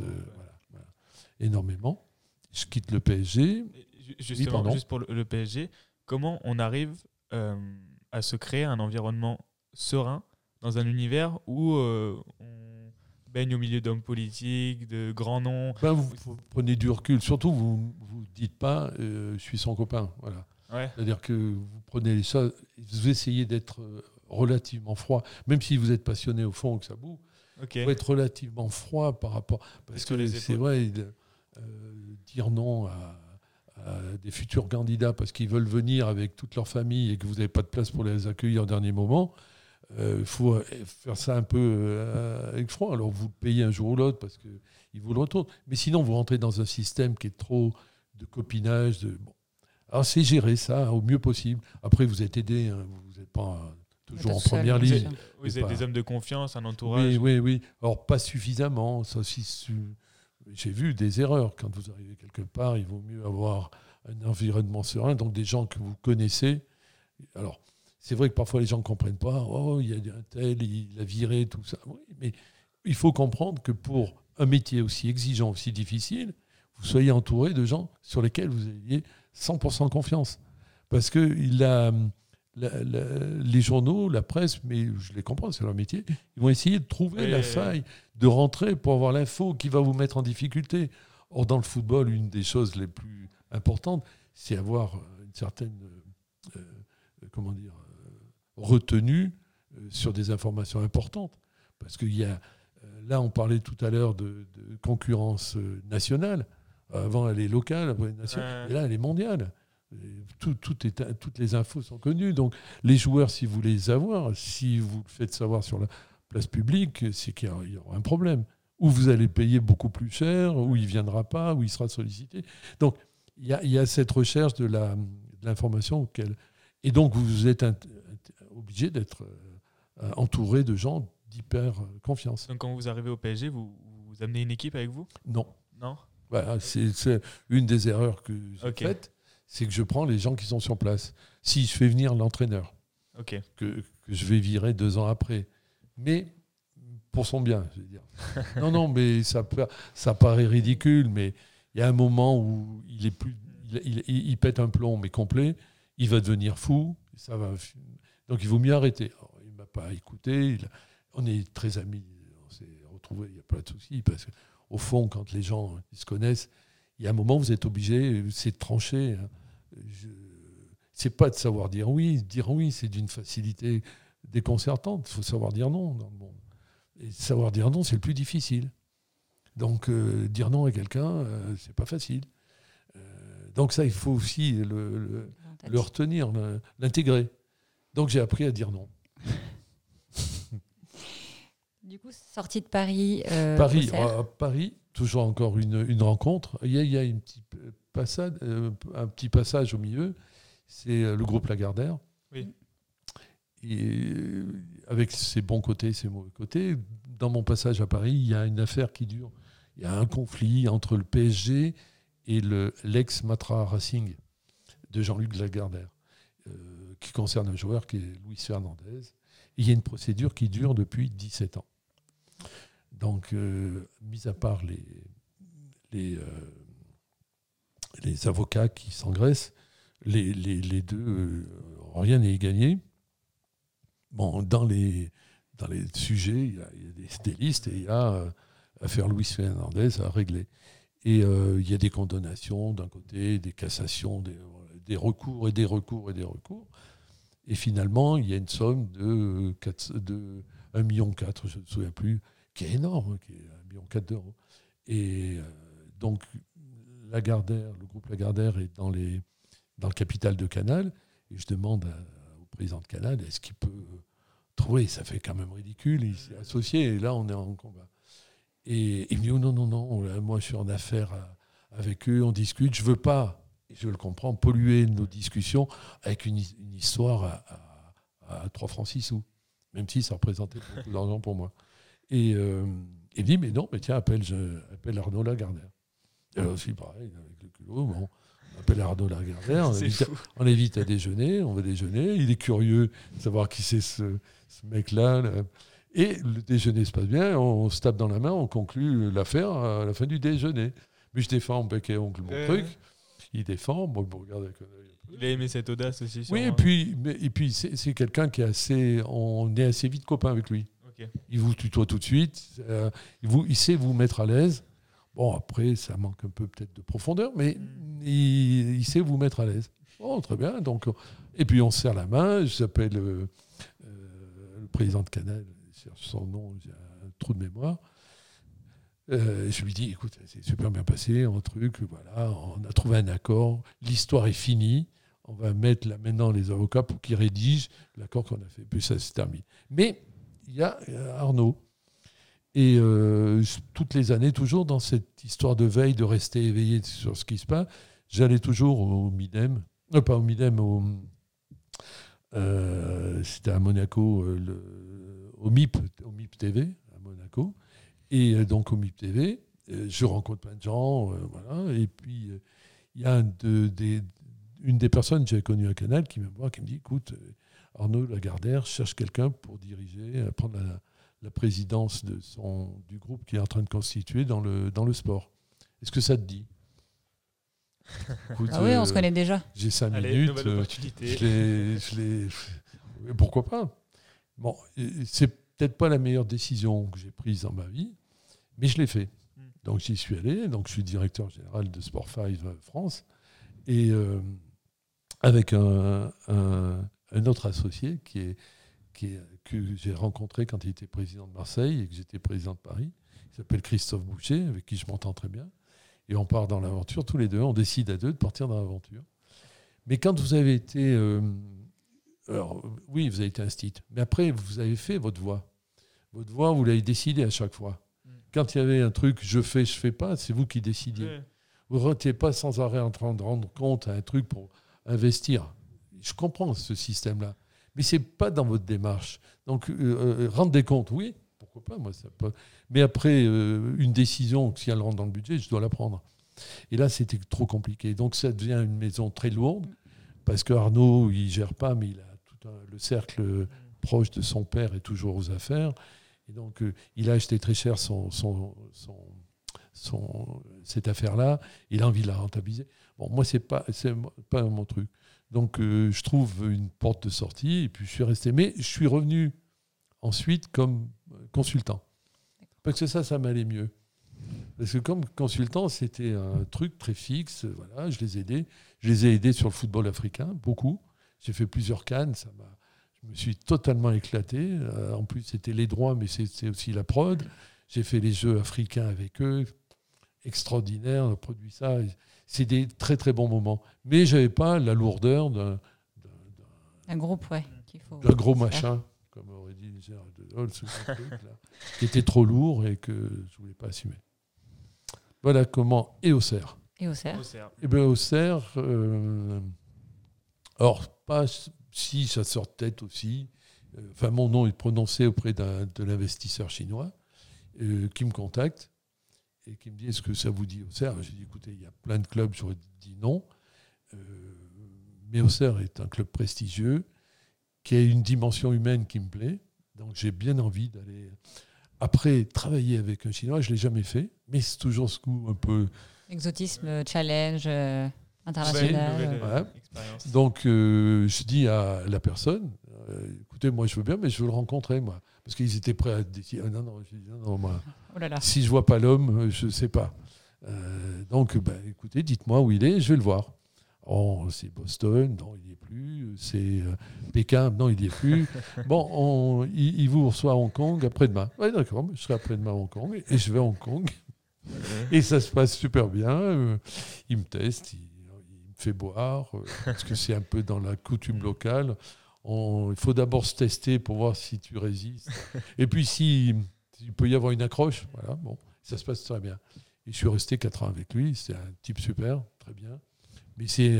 énormément. Je quitte le PSG. Justement, juste pour le PSG, comment on arrive à se créer un environnement serein dans un univers où on baigne au milieu d'hommes politiques, de grands noms? Vous prenez du recul. Surtout, vous ne dites pas je suis son copain. Voilà. Ouais. C'est-à-dire que vous prenez les choses, vous essayez d'être relativement froid, même si vous êtes passionné au fond que ça boue. Okay. Il faut être relativement froid par rapport... Parce que c'est vrai, dire non à des futurs candidats parce qu'ils veulent venir avec toute leur famille et que vous n'avez pas de place pour les accueillir au dernier moment, il faut faire ça un peu avec froid. Alors vous le payez un jour ou l'autre parce qu'ils vous le retournent. Mais sinon, vous rentrez dans un système qui est trop de copinage. Alors c'est gérer ça au mieux possible. Après, vous êtes aidé, hein, vous n'êtes pas... toujours en première ligne. Vous êtes des hommes de confiance, un entourage. Oui. Alors, pas suffisamment. Ça aussi, j'ai vu des erreurs. Quand vous arrivez quelque part, il vaut mieux avoir un environnement serein, donc des gens que vous connaissez. Alors, c'est vrai que parfois, les gens ne comprennent pas. Oh, il y a un tel, il a viré, tout ça. Oui, mais il faut comprendre que pour un métier aussi exigeant, aussi difficile, vous soyez entouré de gens sur lesquels vous ayez 100% confiance. Parce que les journaux, la presse, mais je les comprends, c'est leur métier, ils vont essayer de trouver la faille, de rentrer pour avoir l'info qui va vous mettre en difficulté. Or, dans le football, une des choses les plus importantes, c'est avoir une certaine retenue sur des informations importantes. Parce qu'il y a, là, on parlait tout à l'heure de concurrence nationale. Avant, elle est locale, après nationale, et là, elle est mondiale. Toutes les infos sont connues. Donc, les joueurs, si vous les avoir, si vous le faites savoir sur la place publique, c'est qu'il y aura un problème. Ou vous allez payer beaucoup plus cher, ou il ne viendra pas, ou il sera sollicité. Donc, il y a cette recherche de l'information. Et donc, vous êtes obligé d'être entouré de gens d'hyper confiance. Donc, quand vous arrivez au PSG, vous amenez une équipe avec vous ? Non. Non ? Voilà, c'est une des erreurs que j'ai faites, c'est que je prends les gens qui sont sur place. Si je fais venir l'entraîneur, que je vais virer 2 ans après, mais pour son bien, je veux dire. Non, mais ça paraît ridicule, mais il y a un moment où il pète un plomb, mais complet, il va devenir fou, donc il vaut mieux arrêter. Alors, il ne m'a pas écouté, on est très amis, on s'est retrouvés, il n'y a pas de souci, parce qu'au fond, quand les gens ils se connaissent, il y a un moment où vous êtes obligé, c'est de trancher. C'est pas de savoir dire oui, c'est d'une facilité déconcertante, il faut savoir dire non dans le monde. Et savoir dire non, c'est le plus difficile. Donc, dire non à quelqu'un, c'est pas facile. Donc ça, il faut aussi le retenir, l'intégrer. Donc, j'ai appris à dire non. Du coup, sortie de Paris. Paris, toujours encore une rencontre. Il y a un petit passage au milieu. C'est le groupe Lagardère. Oui. Et avec ses bons côtés, ses mauvais côtés. Dans mon passage à Paris, il y a une affaire qui dure. Il y a un conflit entre le PSG et l'ex-Matra Racing de Jean-Luc Lagardère, qui concerne un joueur qui est Luis Fernandez. Et il y a une procédure qui dure depuis 17 ans. Donc, mis à part les avocats qui s'engraissent, les deux, rien n'est gagné. Bon, dans les sujets, il y a des listes et il y a affaire Luis Fernandez à régler. Et il y a des condamnations d'un côté, des cassations, des recours et des recours et des recours. Et finalement, il y a une somme de 1,4 million, je ne me souviens plus, qui est énorme, qui est 1,4 million d'euros. Et donc, le groupe Lagardère est dans le capital de Canal. Et je demande au président de Canal, est-ce qu'il peut trouver, ça fait quand même ridicule, il s'est associé, et là, on est en combat. Et il me dit, oh, non, là, moi, je suis en affaire avec eux, on discute, je ne veux pas, et je le comprends, polluer nos discussions avec une histoire à 3 francs 6 sous, même si ça représentait beaucoup d'argent pour moi. Et il me dit, mais non, mais tiens, appelle Arnaud Lagardère. Et là aussi, pareil, avec le culot, bon, on appelle Arnaud Lagardère, on l'invite à déjeuner, on va déjeuner, il est curieux de savoir qui c'est ce mec-là, là. Et le déjeuner se passe bien, on se tape dans la main, on conclut l'affaire à la fin du déjeuner. Mais je défends en bec et ongle mon truc, il défend, bon, il me regarde avec un œil. Il a aimé cette audace aussi. Oui, et puis c'est quelqu'un qui est on est assez vite copains avec lui. Okay. Il vous tutoie tout de suite, il sait vous mettre à l'aise. Bon, après, ça manque un peu peut-être de profondeur, mais il sait vous mettre à l'aise. Oh, très bien. Donc, et puis on se serre la main, j'appelle le président de Canal, son nom, j'ai un trou de mémoire. Je lui dis, écoute, c'est super bien passé, un truc, voilà, on a trouvé un accord, l'histoire est finie, on va mettre là maintenant les avocats pour qu'ils rédigent l'accord qu'on a fait, puis ça se termine. Mais il y a Arnaud, et toutes les années, toujours dans cette histoire de veille, de rester éveillé sur ce qui se passe, j'allais toujours au Midem, pas au Midem, c'était à Monaco, au MIP TV, à Monaco. Et donc au MIP TV, je rencontre plein de gens, voilà. Et puis il y a une des personnes que j'avais connues à Canal qui me voit, qui me dit, écoute, Arnaud Lagardère cherche quelqu'un pour diriger, prendre la présidence du groupe qui est en train de constituer dans le sport. Est-ce que ça te dit ? Écoute, oui, on se connaît déjà. J'ai 5 Allez, minutes. nouvelle opportunité. Pourquoi pas ? Bon, c'est peut-être pas la meilleure décision que j'ai prise dans ma vie, mais je l'ai fait. Donc j'y suis allé. Donc je suis directeur général de Sport 5 France, et avec un autre associé que j'ai rencontré quand il était président de Marseille et que j'étais président de Paris. Il s'appelle Christophe Boucher, avec qui je m'entends très bien. Et on part dans l'aventure tous les deux. On décide à deux de partir dans l'aventure. Mais quand vous avez été... alors, oui, vous avez été instit. Mais après, vous avez fait votre voix. Votre voix, vous l'avez décidé à chaque fois. Quand il y avait un truc, je fais pas, c'est vous qui décidiez. Ouais. Vous n'étiez pas sans arrêt en train de rendre compte à un truc pour investir. Je comprends ce système-là. Mais ce n'est pas dans votre démarche. Donc, rendre des comptes, oui, pourquoi pas, moi, ça peut. Mais après, une décision, si elle rentre dans le budget, je dois la prendre. Et là, c'était trop compliqué. Donc, ça devient une maison très lourde, parce que Arnaud, il ne gère pas, mais il a le cercle proche de son père est toujours aux affaires. Et donc, il a acheté très cher cette affaire-là. Il a envie de la rentabiliser. Bon, moi, c'est pas mon truc. Donc, je trouve une porte de sortie et puis je suis resté. Mais je suis revenu ensuite comme consultant. Parce que ça m'allait mieux. Parce que comme consultant, c'était un truc très fixe. Voilà, je les ai aidés. Je les ai aidés sur le football africain, beaucoup. J'ai fait plusieurs CAN. Je me suis totalement éclaté. En plus, c'était les droits, mais c'est aussi la prod. J'ai fait les Jeux africains avec eux. Extraordinaire, on a produit ça. C'est des très, très bons moments. Mais je n'avais pas la lourdeur d'un groupe, qu'il faut d'un gros machin, comme aurait dit Gérard de Gaulle, qui était trop lourd et que je ne voulais pas assumer. Voilà comment. Et Auxerre. Et Auxerre. Et bien, Auxerre, alors, pas si ça sort de tête aussi. Enfin, mon nom est prononcé auprès de l'investisseur chinois qui me contacte et qui me dit: est-ce que ça vous dit Auxerre? J'ai dit: écoutez, il y a plein de clubs, j'aurais dit non. Mais Auxerre est un club prestigieux qui a une dimension humaine qui me plaît. Donc j'ai bien envie d'aller. Après, travailler avec un Chinois, je ne l'ai jamais fait, mais c'est toujours ce coup un peu. Exotisme, challenge, international. Voilà. Donc je dis à la personne: écoutez, moi je veux bien, mais je veux le rencontrer, moi. Parce qu'ils étaient prêts à décider. Non, moi, oh là là. si je ne vois pas l'homme, je ne sais pas. Donc, écoutez, dites-moi où il est, je vais le voir. Oh, c'est Boston, non, il n'y est plus. C'est Pékin, non, il n'y est plus. Bon, il vous reçoit à Hong Kong après-demain. Oui, d'accord, je serai après-demain à Hong Kong et je vais à Hong Kong. Et ça se passe super bien. Il me teste, il me fait boire, parce que c'est un peu dans la coutume locale. Il faut d'abord se tester pour voir si tu résistes. Et puis, s'il peut y avoir une accroche, voilà, bon, ça se passe très bien. Et je suis resté 4 ans avec lui. C'est un type super, très bien. Mais c'est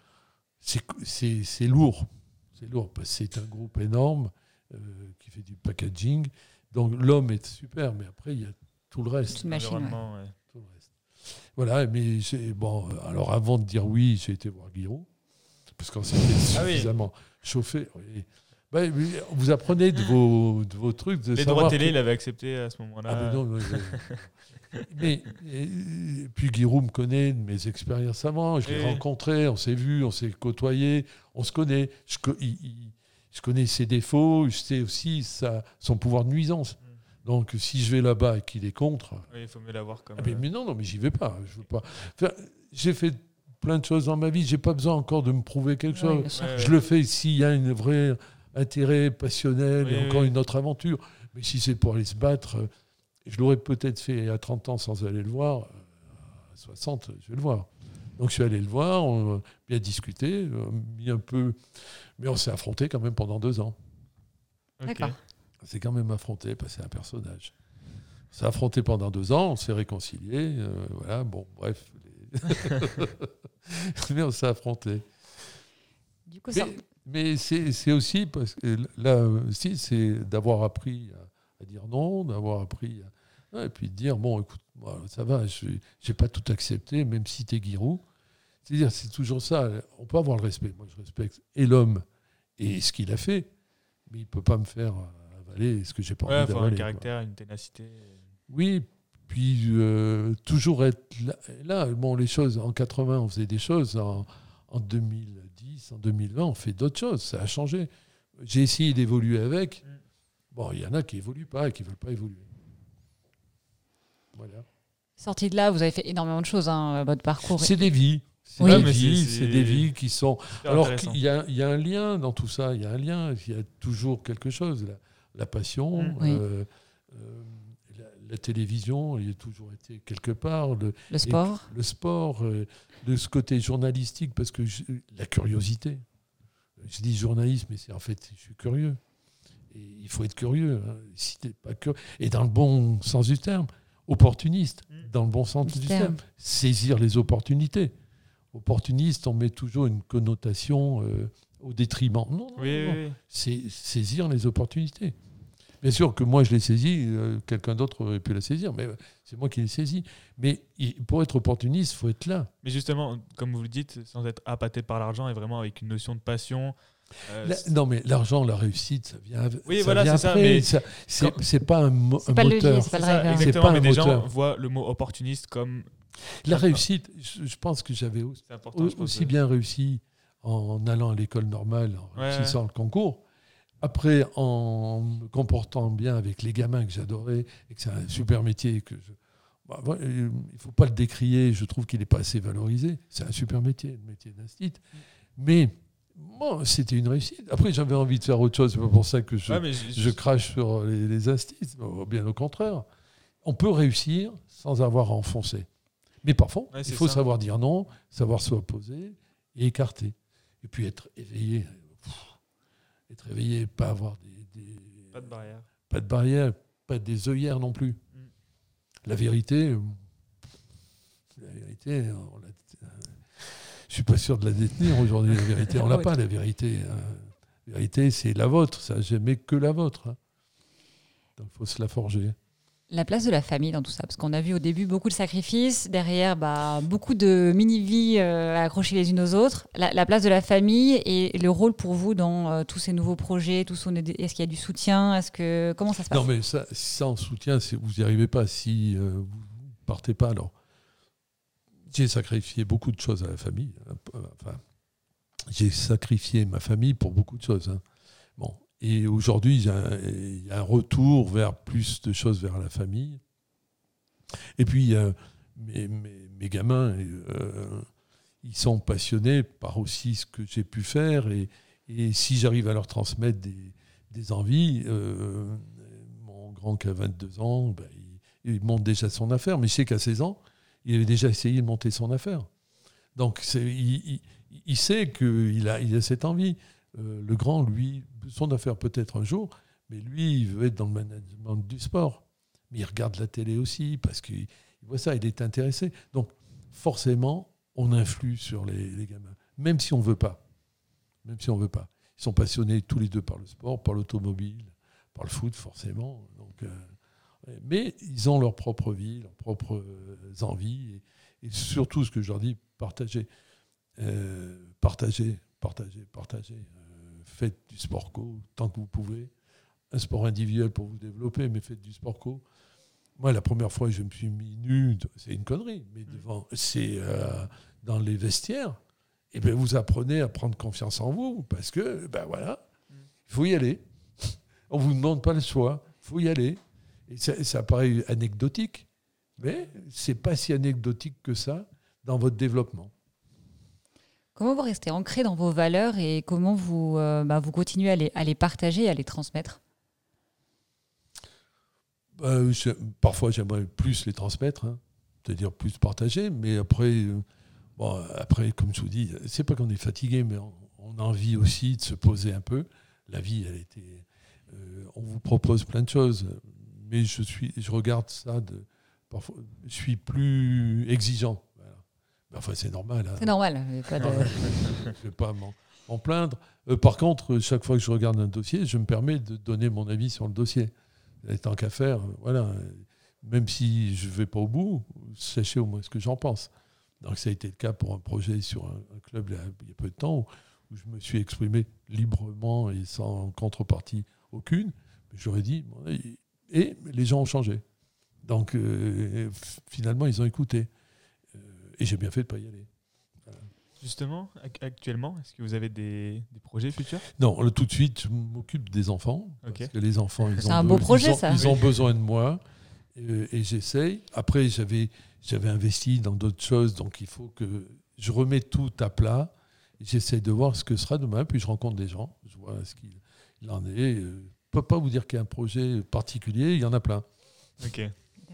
lourd. C'est lourd parce que c'est un groupe énorme qui fait du packaging. Donc l'homme est super, mais après il y a tout le reste. C'est une machine, tout le reste. Voilà, mais alors avant de dire oui, j'ai été voir Giroud parce qu'on s'était suffisamment chauffé. Oui. Vous apprenez de vos trucs. Les droits télé, il avait accepté à ce moment-là. Mais puis Giroud me connaît de mes expériences avant. Je l'ai rencontré, on s'est vu, on s'est côtoyé, on se connaît. Je connais ses défauts, je sais aussi son pouvoir de nuisance. Donc si je vais là-bas et qu'il est contre, il faut mieux l'avoir comme. Mais non, mais j'y vais pas. Je veux pas. Enfin, j'ai fait plein de choses dans ma vie. J'ai pas besoin encore de me prouver quelque chose. Je le fais s'il y a un vrai intérêt passionnel et encore une autre aventure. Mais si c'est pour aller se battre. Je l'aurais peut-être fait à 30 ans sans aller le voir. À 60, je vais le voir. Donc je suis allé le voir, on a bien discuté, mis un peu... Mais on s'est affronté quand même pendant 2 ans. D'accord. On s'est quand même affronté, parce que c'est un personnage. On s'est affronté pendant 2 ans, on s'est réconcilié. Voilà, bon, bref. Mais on s'est affronté. Du coup, mais c'est aussi, parce que là aussi, c'est d'avoir appris à dire non, d'avoir appris et puis de dire bon, écoute, ça va, j'ai pas tout accepté, même si t'es Giroud. C'est-à-dire, c'est toujours ça. On peut avoir le respect. Moi, je respecte et l'homme et ce qu'il a fait, mais il peut pas me faire avaler ce que j'ai pas envie d'avaler. Il faut un caractère, une ténacité. Oui, puis toujours être là. Bon, les choses en 80, on faisait des choses. En 2010, en 2020, on fait d'autres choses. Ça a changé. J'ai essayé d'évoluer avec. Bon, il y en a qui évoluent pas et qui veulent pas évoluer. Voilà. Sorti de là, vous avez fait énormément de choses, votre parcours. C'est des vies. C'est des vies qui sont. Alors il y a un lien dans tout ça. Il y a un lien. Il y a toujours quelque chose. La passion, la télévision, il a toujours été quelque part. Le sport. Le sport, ce côté journalistique, parce que la curiosité. Je dis journalisme, mais c'est en fait, je suis curieux. Et il faut être curieux. Hein. Si t'es pas curieux, et dans le bon sens du terme, opportuniste, dans le bon sens du terme. Saisir les opportunités. Opportuniste, on met toujours une connotation au détriment. Non. C'est saisir les opportunités. Bien sûr que moi, je l'ai saisi, quelqu'un d'autre aurait pu la saisir, mais c'est moi qui l'ai saisi. Mais pour être opportuniste, il faut être là. Mais justement, comme vous le dites, sans être appâté par l'argent et vraiment avec une notion de passion. Non, mais l'argent, la réussite, ça vient, oui, ça vient après. C'est pas un moteur. C'est pas le levier, c'est pas le driver. Exactement, mais des gens voient le mot opportuniste comme... La réussite, je pense que j'avais aussi bien réussi en allant à l'école normale, en réussissant le concours. Après, en me comportant bien avec les gamins que j'adorais, et que c'est un super métier, il ne faut pas le décrier, je trouve qu'il n'est pas assez valorisé. C'est un super métier, le métier d'instit. Mais bon, c'était une réussite. Après, j'avais envie de faire autre chose, c'est pas pour ça que je crache sur les instits. Bien au contraire. On peut réussir sans avoir à enfoncer. Mais parfois, il faut savoir dire non, savoir s'opposer et écarter. Et puis être éveillé. Être éveillé, pas avoir pas de barrière. Pas de barrière, pas des œillères non plus. La vérité, je suis pas sûr de la détenir aujourd'hui. La vérité, on l'a pas, la vérité. La vérité, c'est la vôtre. Ça n'a jamais que la vôtre. Hein. Donc, il faut se la forger. La place de la famille dans tout ça, parce qu'on a vu au début beaucoup de sacrifices, derrière beaucoup de mini-vies accrochées les unes aux autres. La place de la famille et le rôle pour vous dans tous ces nouveaux projets, est-ce qu'il y a du soutien, comment ça se passe? Non, mais ça, sans soutien, vous n'y arrivez pas. Si vous ne partez pas, alors j'ai sacrifié beaucoup de choses à la famille. Enfin, j'ai sacrifié ma famille pour beaucoup de choses. Hein. Bon. Et aujourd'hui, il y a un retour vers plus de choses vers la famille. Et puis, mes gamins, ils sont passionnés par aussi ce que j'ai pu faire. Et si j'arrive à leur transmettre des envies, mon grand qui a 22 ans, il monte déjà son affaire. Mais je sais qu'à 16 ans, il avait déjà essayé de monter son affaire. Donc, il sait qu'il a cette envie. Le grand, lui, son affaire peut-être un jour, mais lui, il veut être dans le management du sport. Mais il regarde la télé aussi, parce qu'il voit ça, il est intéressé. Donc, forcément, on influe sur les gamins, même si on ne veut pas. Même si on veut pas. Ils sont passionnés tous les deux par le sport, par l'automobile, par le foot, forcément. Donc, mais ils ont leur propre vie, leurs propres envies. Et surtout, ce que je leur dis, partagez. Partagez. Faites du sport co tant que vous pouvez. Un sport individuel pour vous développer, mais faites du sport co. Moi, la première fois que je me suis mis nu, c'est une connerie, mais c'est dans les vestiaires. Et bien, vous apprenez à prendre confiance en vous, parce que, voilà, il faut y aller. On ne vous demande pas le choix, il faut y aller. Et ça paraît anecdotique, mais ce n'est pas si anecdotique que ça dans votre développement. Comment vous restez ancré dans vos valeurs et comment vous continuez à les partager et à les transmettre? Parfois, j'aimerais plus les transmettre, hein, c'est-à-dire plus partager, mais après, comme je vous dis, c'est pas qu'on est fatigué, mais on a envie aussi de se poser un peu. La vie, on vous propose plein de choses, mais je regarde ça parfois, je suis plus exigeant. Enfin, c'est normal. Hein. C'est normal. Je ne vais pas m'en plaindre. Par contre, chaque fois que je regarde un dossier, je me permets de donner mon avis sur le dossier. Et tant qu'à faire, voilà. Même si je ne vais pas au bout, sachez au moins ce que j'en pense. Donc, ça a été le cas pour un projet sur un club il y a peu de temps où je me suis exprimé librement et sans contrepartie aucune. J'aurais dit, et les gens ont changé. Donc, finalement, ils ont écouté. Et j'ai bien fait de ne pas y aller. Voilà. Justement, actuellement, est-ce que vous avez des projets futurs ? Non, tout de suite, je m'occupe des enfants. Okay. Parce que les enfants, ils ont besoin de moi. Et j'essaye. Après, j'avais investi dans d'autres choses. Donc, il faut que je remette tout à plat. J'essaie de voir ce que sera demain. Puis, je rencontre des gens. Je vois ce qu'il en est. Je ne peux pas vous dire qu'il y a un projet particulier. Il y en a plein. Ok.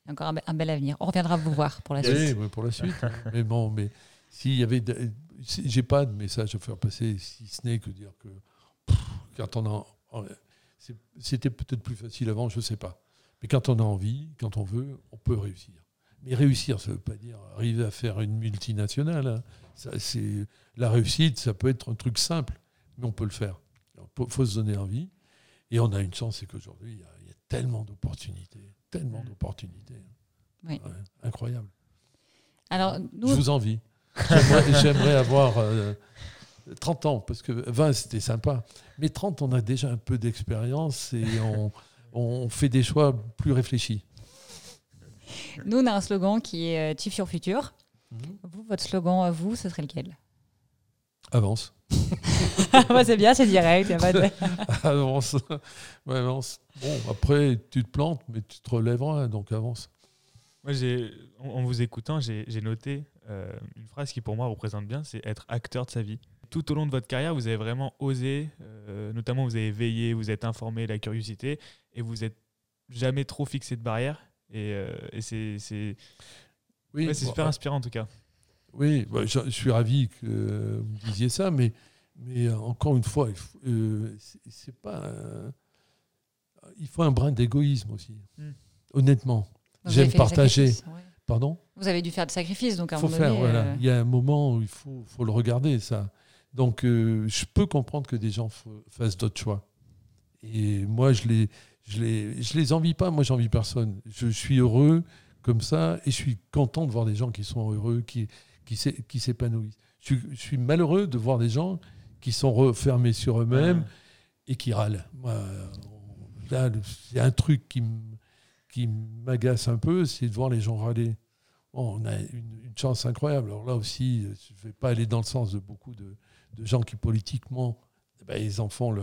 Il y a encore un bel avenir. On reviendra vous voir pour la suite. Oui, mais pour la suite. Mais bon, mais s'il y avait... J'ai pas de message à faire passer, si ce n'est que dire que quand on a... C'était peut-être plus facile avant, je ne sais pas. Mais quand on a envie, quand on veut, on peut réussir. Mais réussir, ça ne veut pas dire arriver à faire une multinationale. Hein. La réussite, ça peut être un truc simple, mais on peut le faire. Il faut se donner envie. Et on a une chance, c'est qu'aujourd'hui, il y a tellement d'opportunités. Oui. Ouais, incroyable. Alors, Je vous envie. J'aimerais avoir 30 ans, parce que 20, c'était sympa. Mais 30, on a déjà un peu d'expérience et on fait des choix plus réfléchis. Nous, on a un slogan qui est Chief Your Future. Vous, votre slogan à vous, ce serait lequel? Avance. C'est bien, c'est direct. Y a pas de... Avance. Ouais, avance. Bon, après, tu te plantes, mais tu te relèveras, donc avance. Moi, en vous écoutant, j'ai noté une phrase qui, pour moi, représente bien, c'est être acteur de sa vie. Tout au long de votre carrière, vous avez vraiment osé, notamment vous avez veillé, vous êtes informé, la curiosité, et vous n'êtes jamais trop fixé de barrières. Et c'est super inspirant, en tout cas. Oui, je suis ravi que vous me disiez ça, mais encore une fois, c'est pas... il faut un brin d'égoïsme aussi. Honnêtement. J'aime partager. Ouais. Pardon ? Vous avez dû faire des sacrifices, donc à un faut moment faire, donné... voilà. Il y a un moment où il faut le regarder, ça. Donc, je peux comprendre que des gens fassent d'autres choix. Et moi, je les envie pas. Moi, j'envie personne. Je suis heureux comme ça et je suis content de voir des gens qui sont heureux, qui s'épanouissent. Je suis malheureux de voir des gens qui sont refermés sur eux-mêmes et qui râlent. Moi, là, il y a un truc qui m'agace un peu, c'est de voir les gens râler. Bon, on a une chance incroyable. Alors là aussi, je ne vais pas aller dans le sens de beaucoup de gens qui, politiquement, ils en font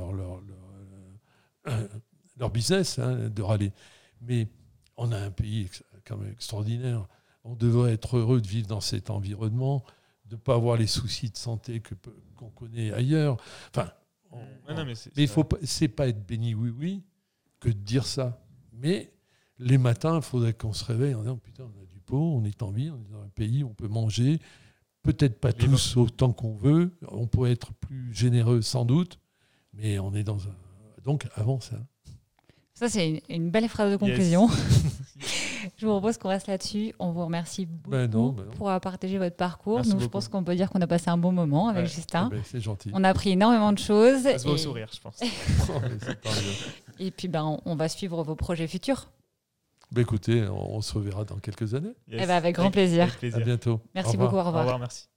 leur business, hein, de râler. Mais on a un pays quand même extraordinaire. On devrait être heureux de vivre dans cet environnement, de ne pas avoir les soucis de santé qu'on connaît ailleurs. Enfin, mais c'est pas être béni oui que de dire ça. Mais les matins, il faudrait qu'on se réveille en disant putain, on a du pot, on est en vie, on est dans un pays où on peut manger, peut-être pas tous autant qu'on veut, on pourrait être plus généreux sans doute, mais on est dans un... Donc avant ça. Ça, c'est une belle phrase de conclusion. Yes. Je vous propose qu'on reste là-dessus. On vous remercie beaucoup pour avoir partagé votre parcours. Nous, je pense qu'on peut dire qu'on a passé un bon moment avec Justin. C'est gentil. On a appris énormément de choses. Ça se voit au sourire, je pense. Et puis, on va suivre vos projets futurs. Écoutez, on se reverra dans quelques années. Yes. Avec grand plaisir. Avec plaisir. À bientôt. Merci beaucoup. Au revoir. Au revoir, merci.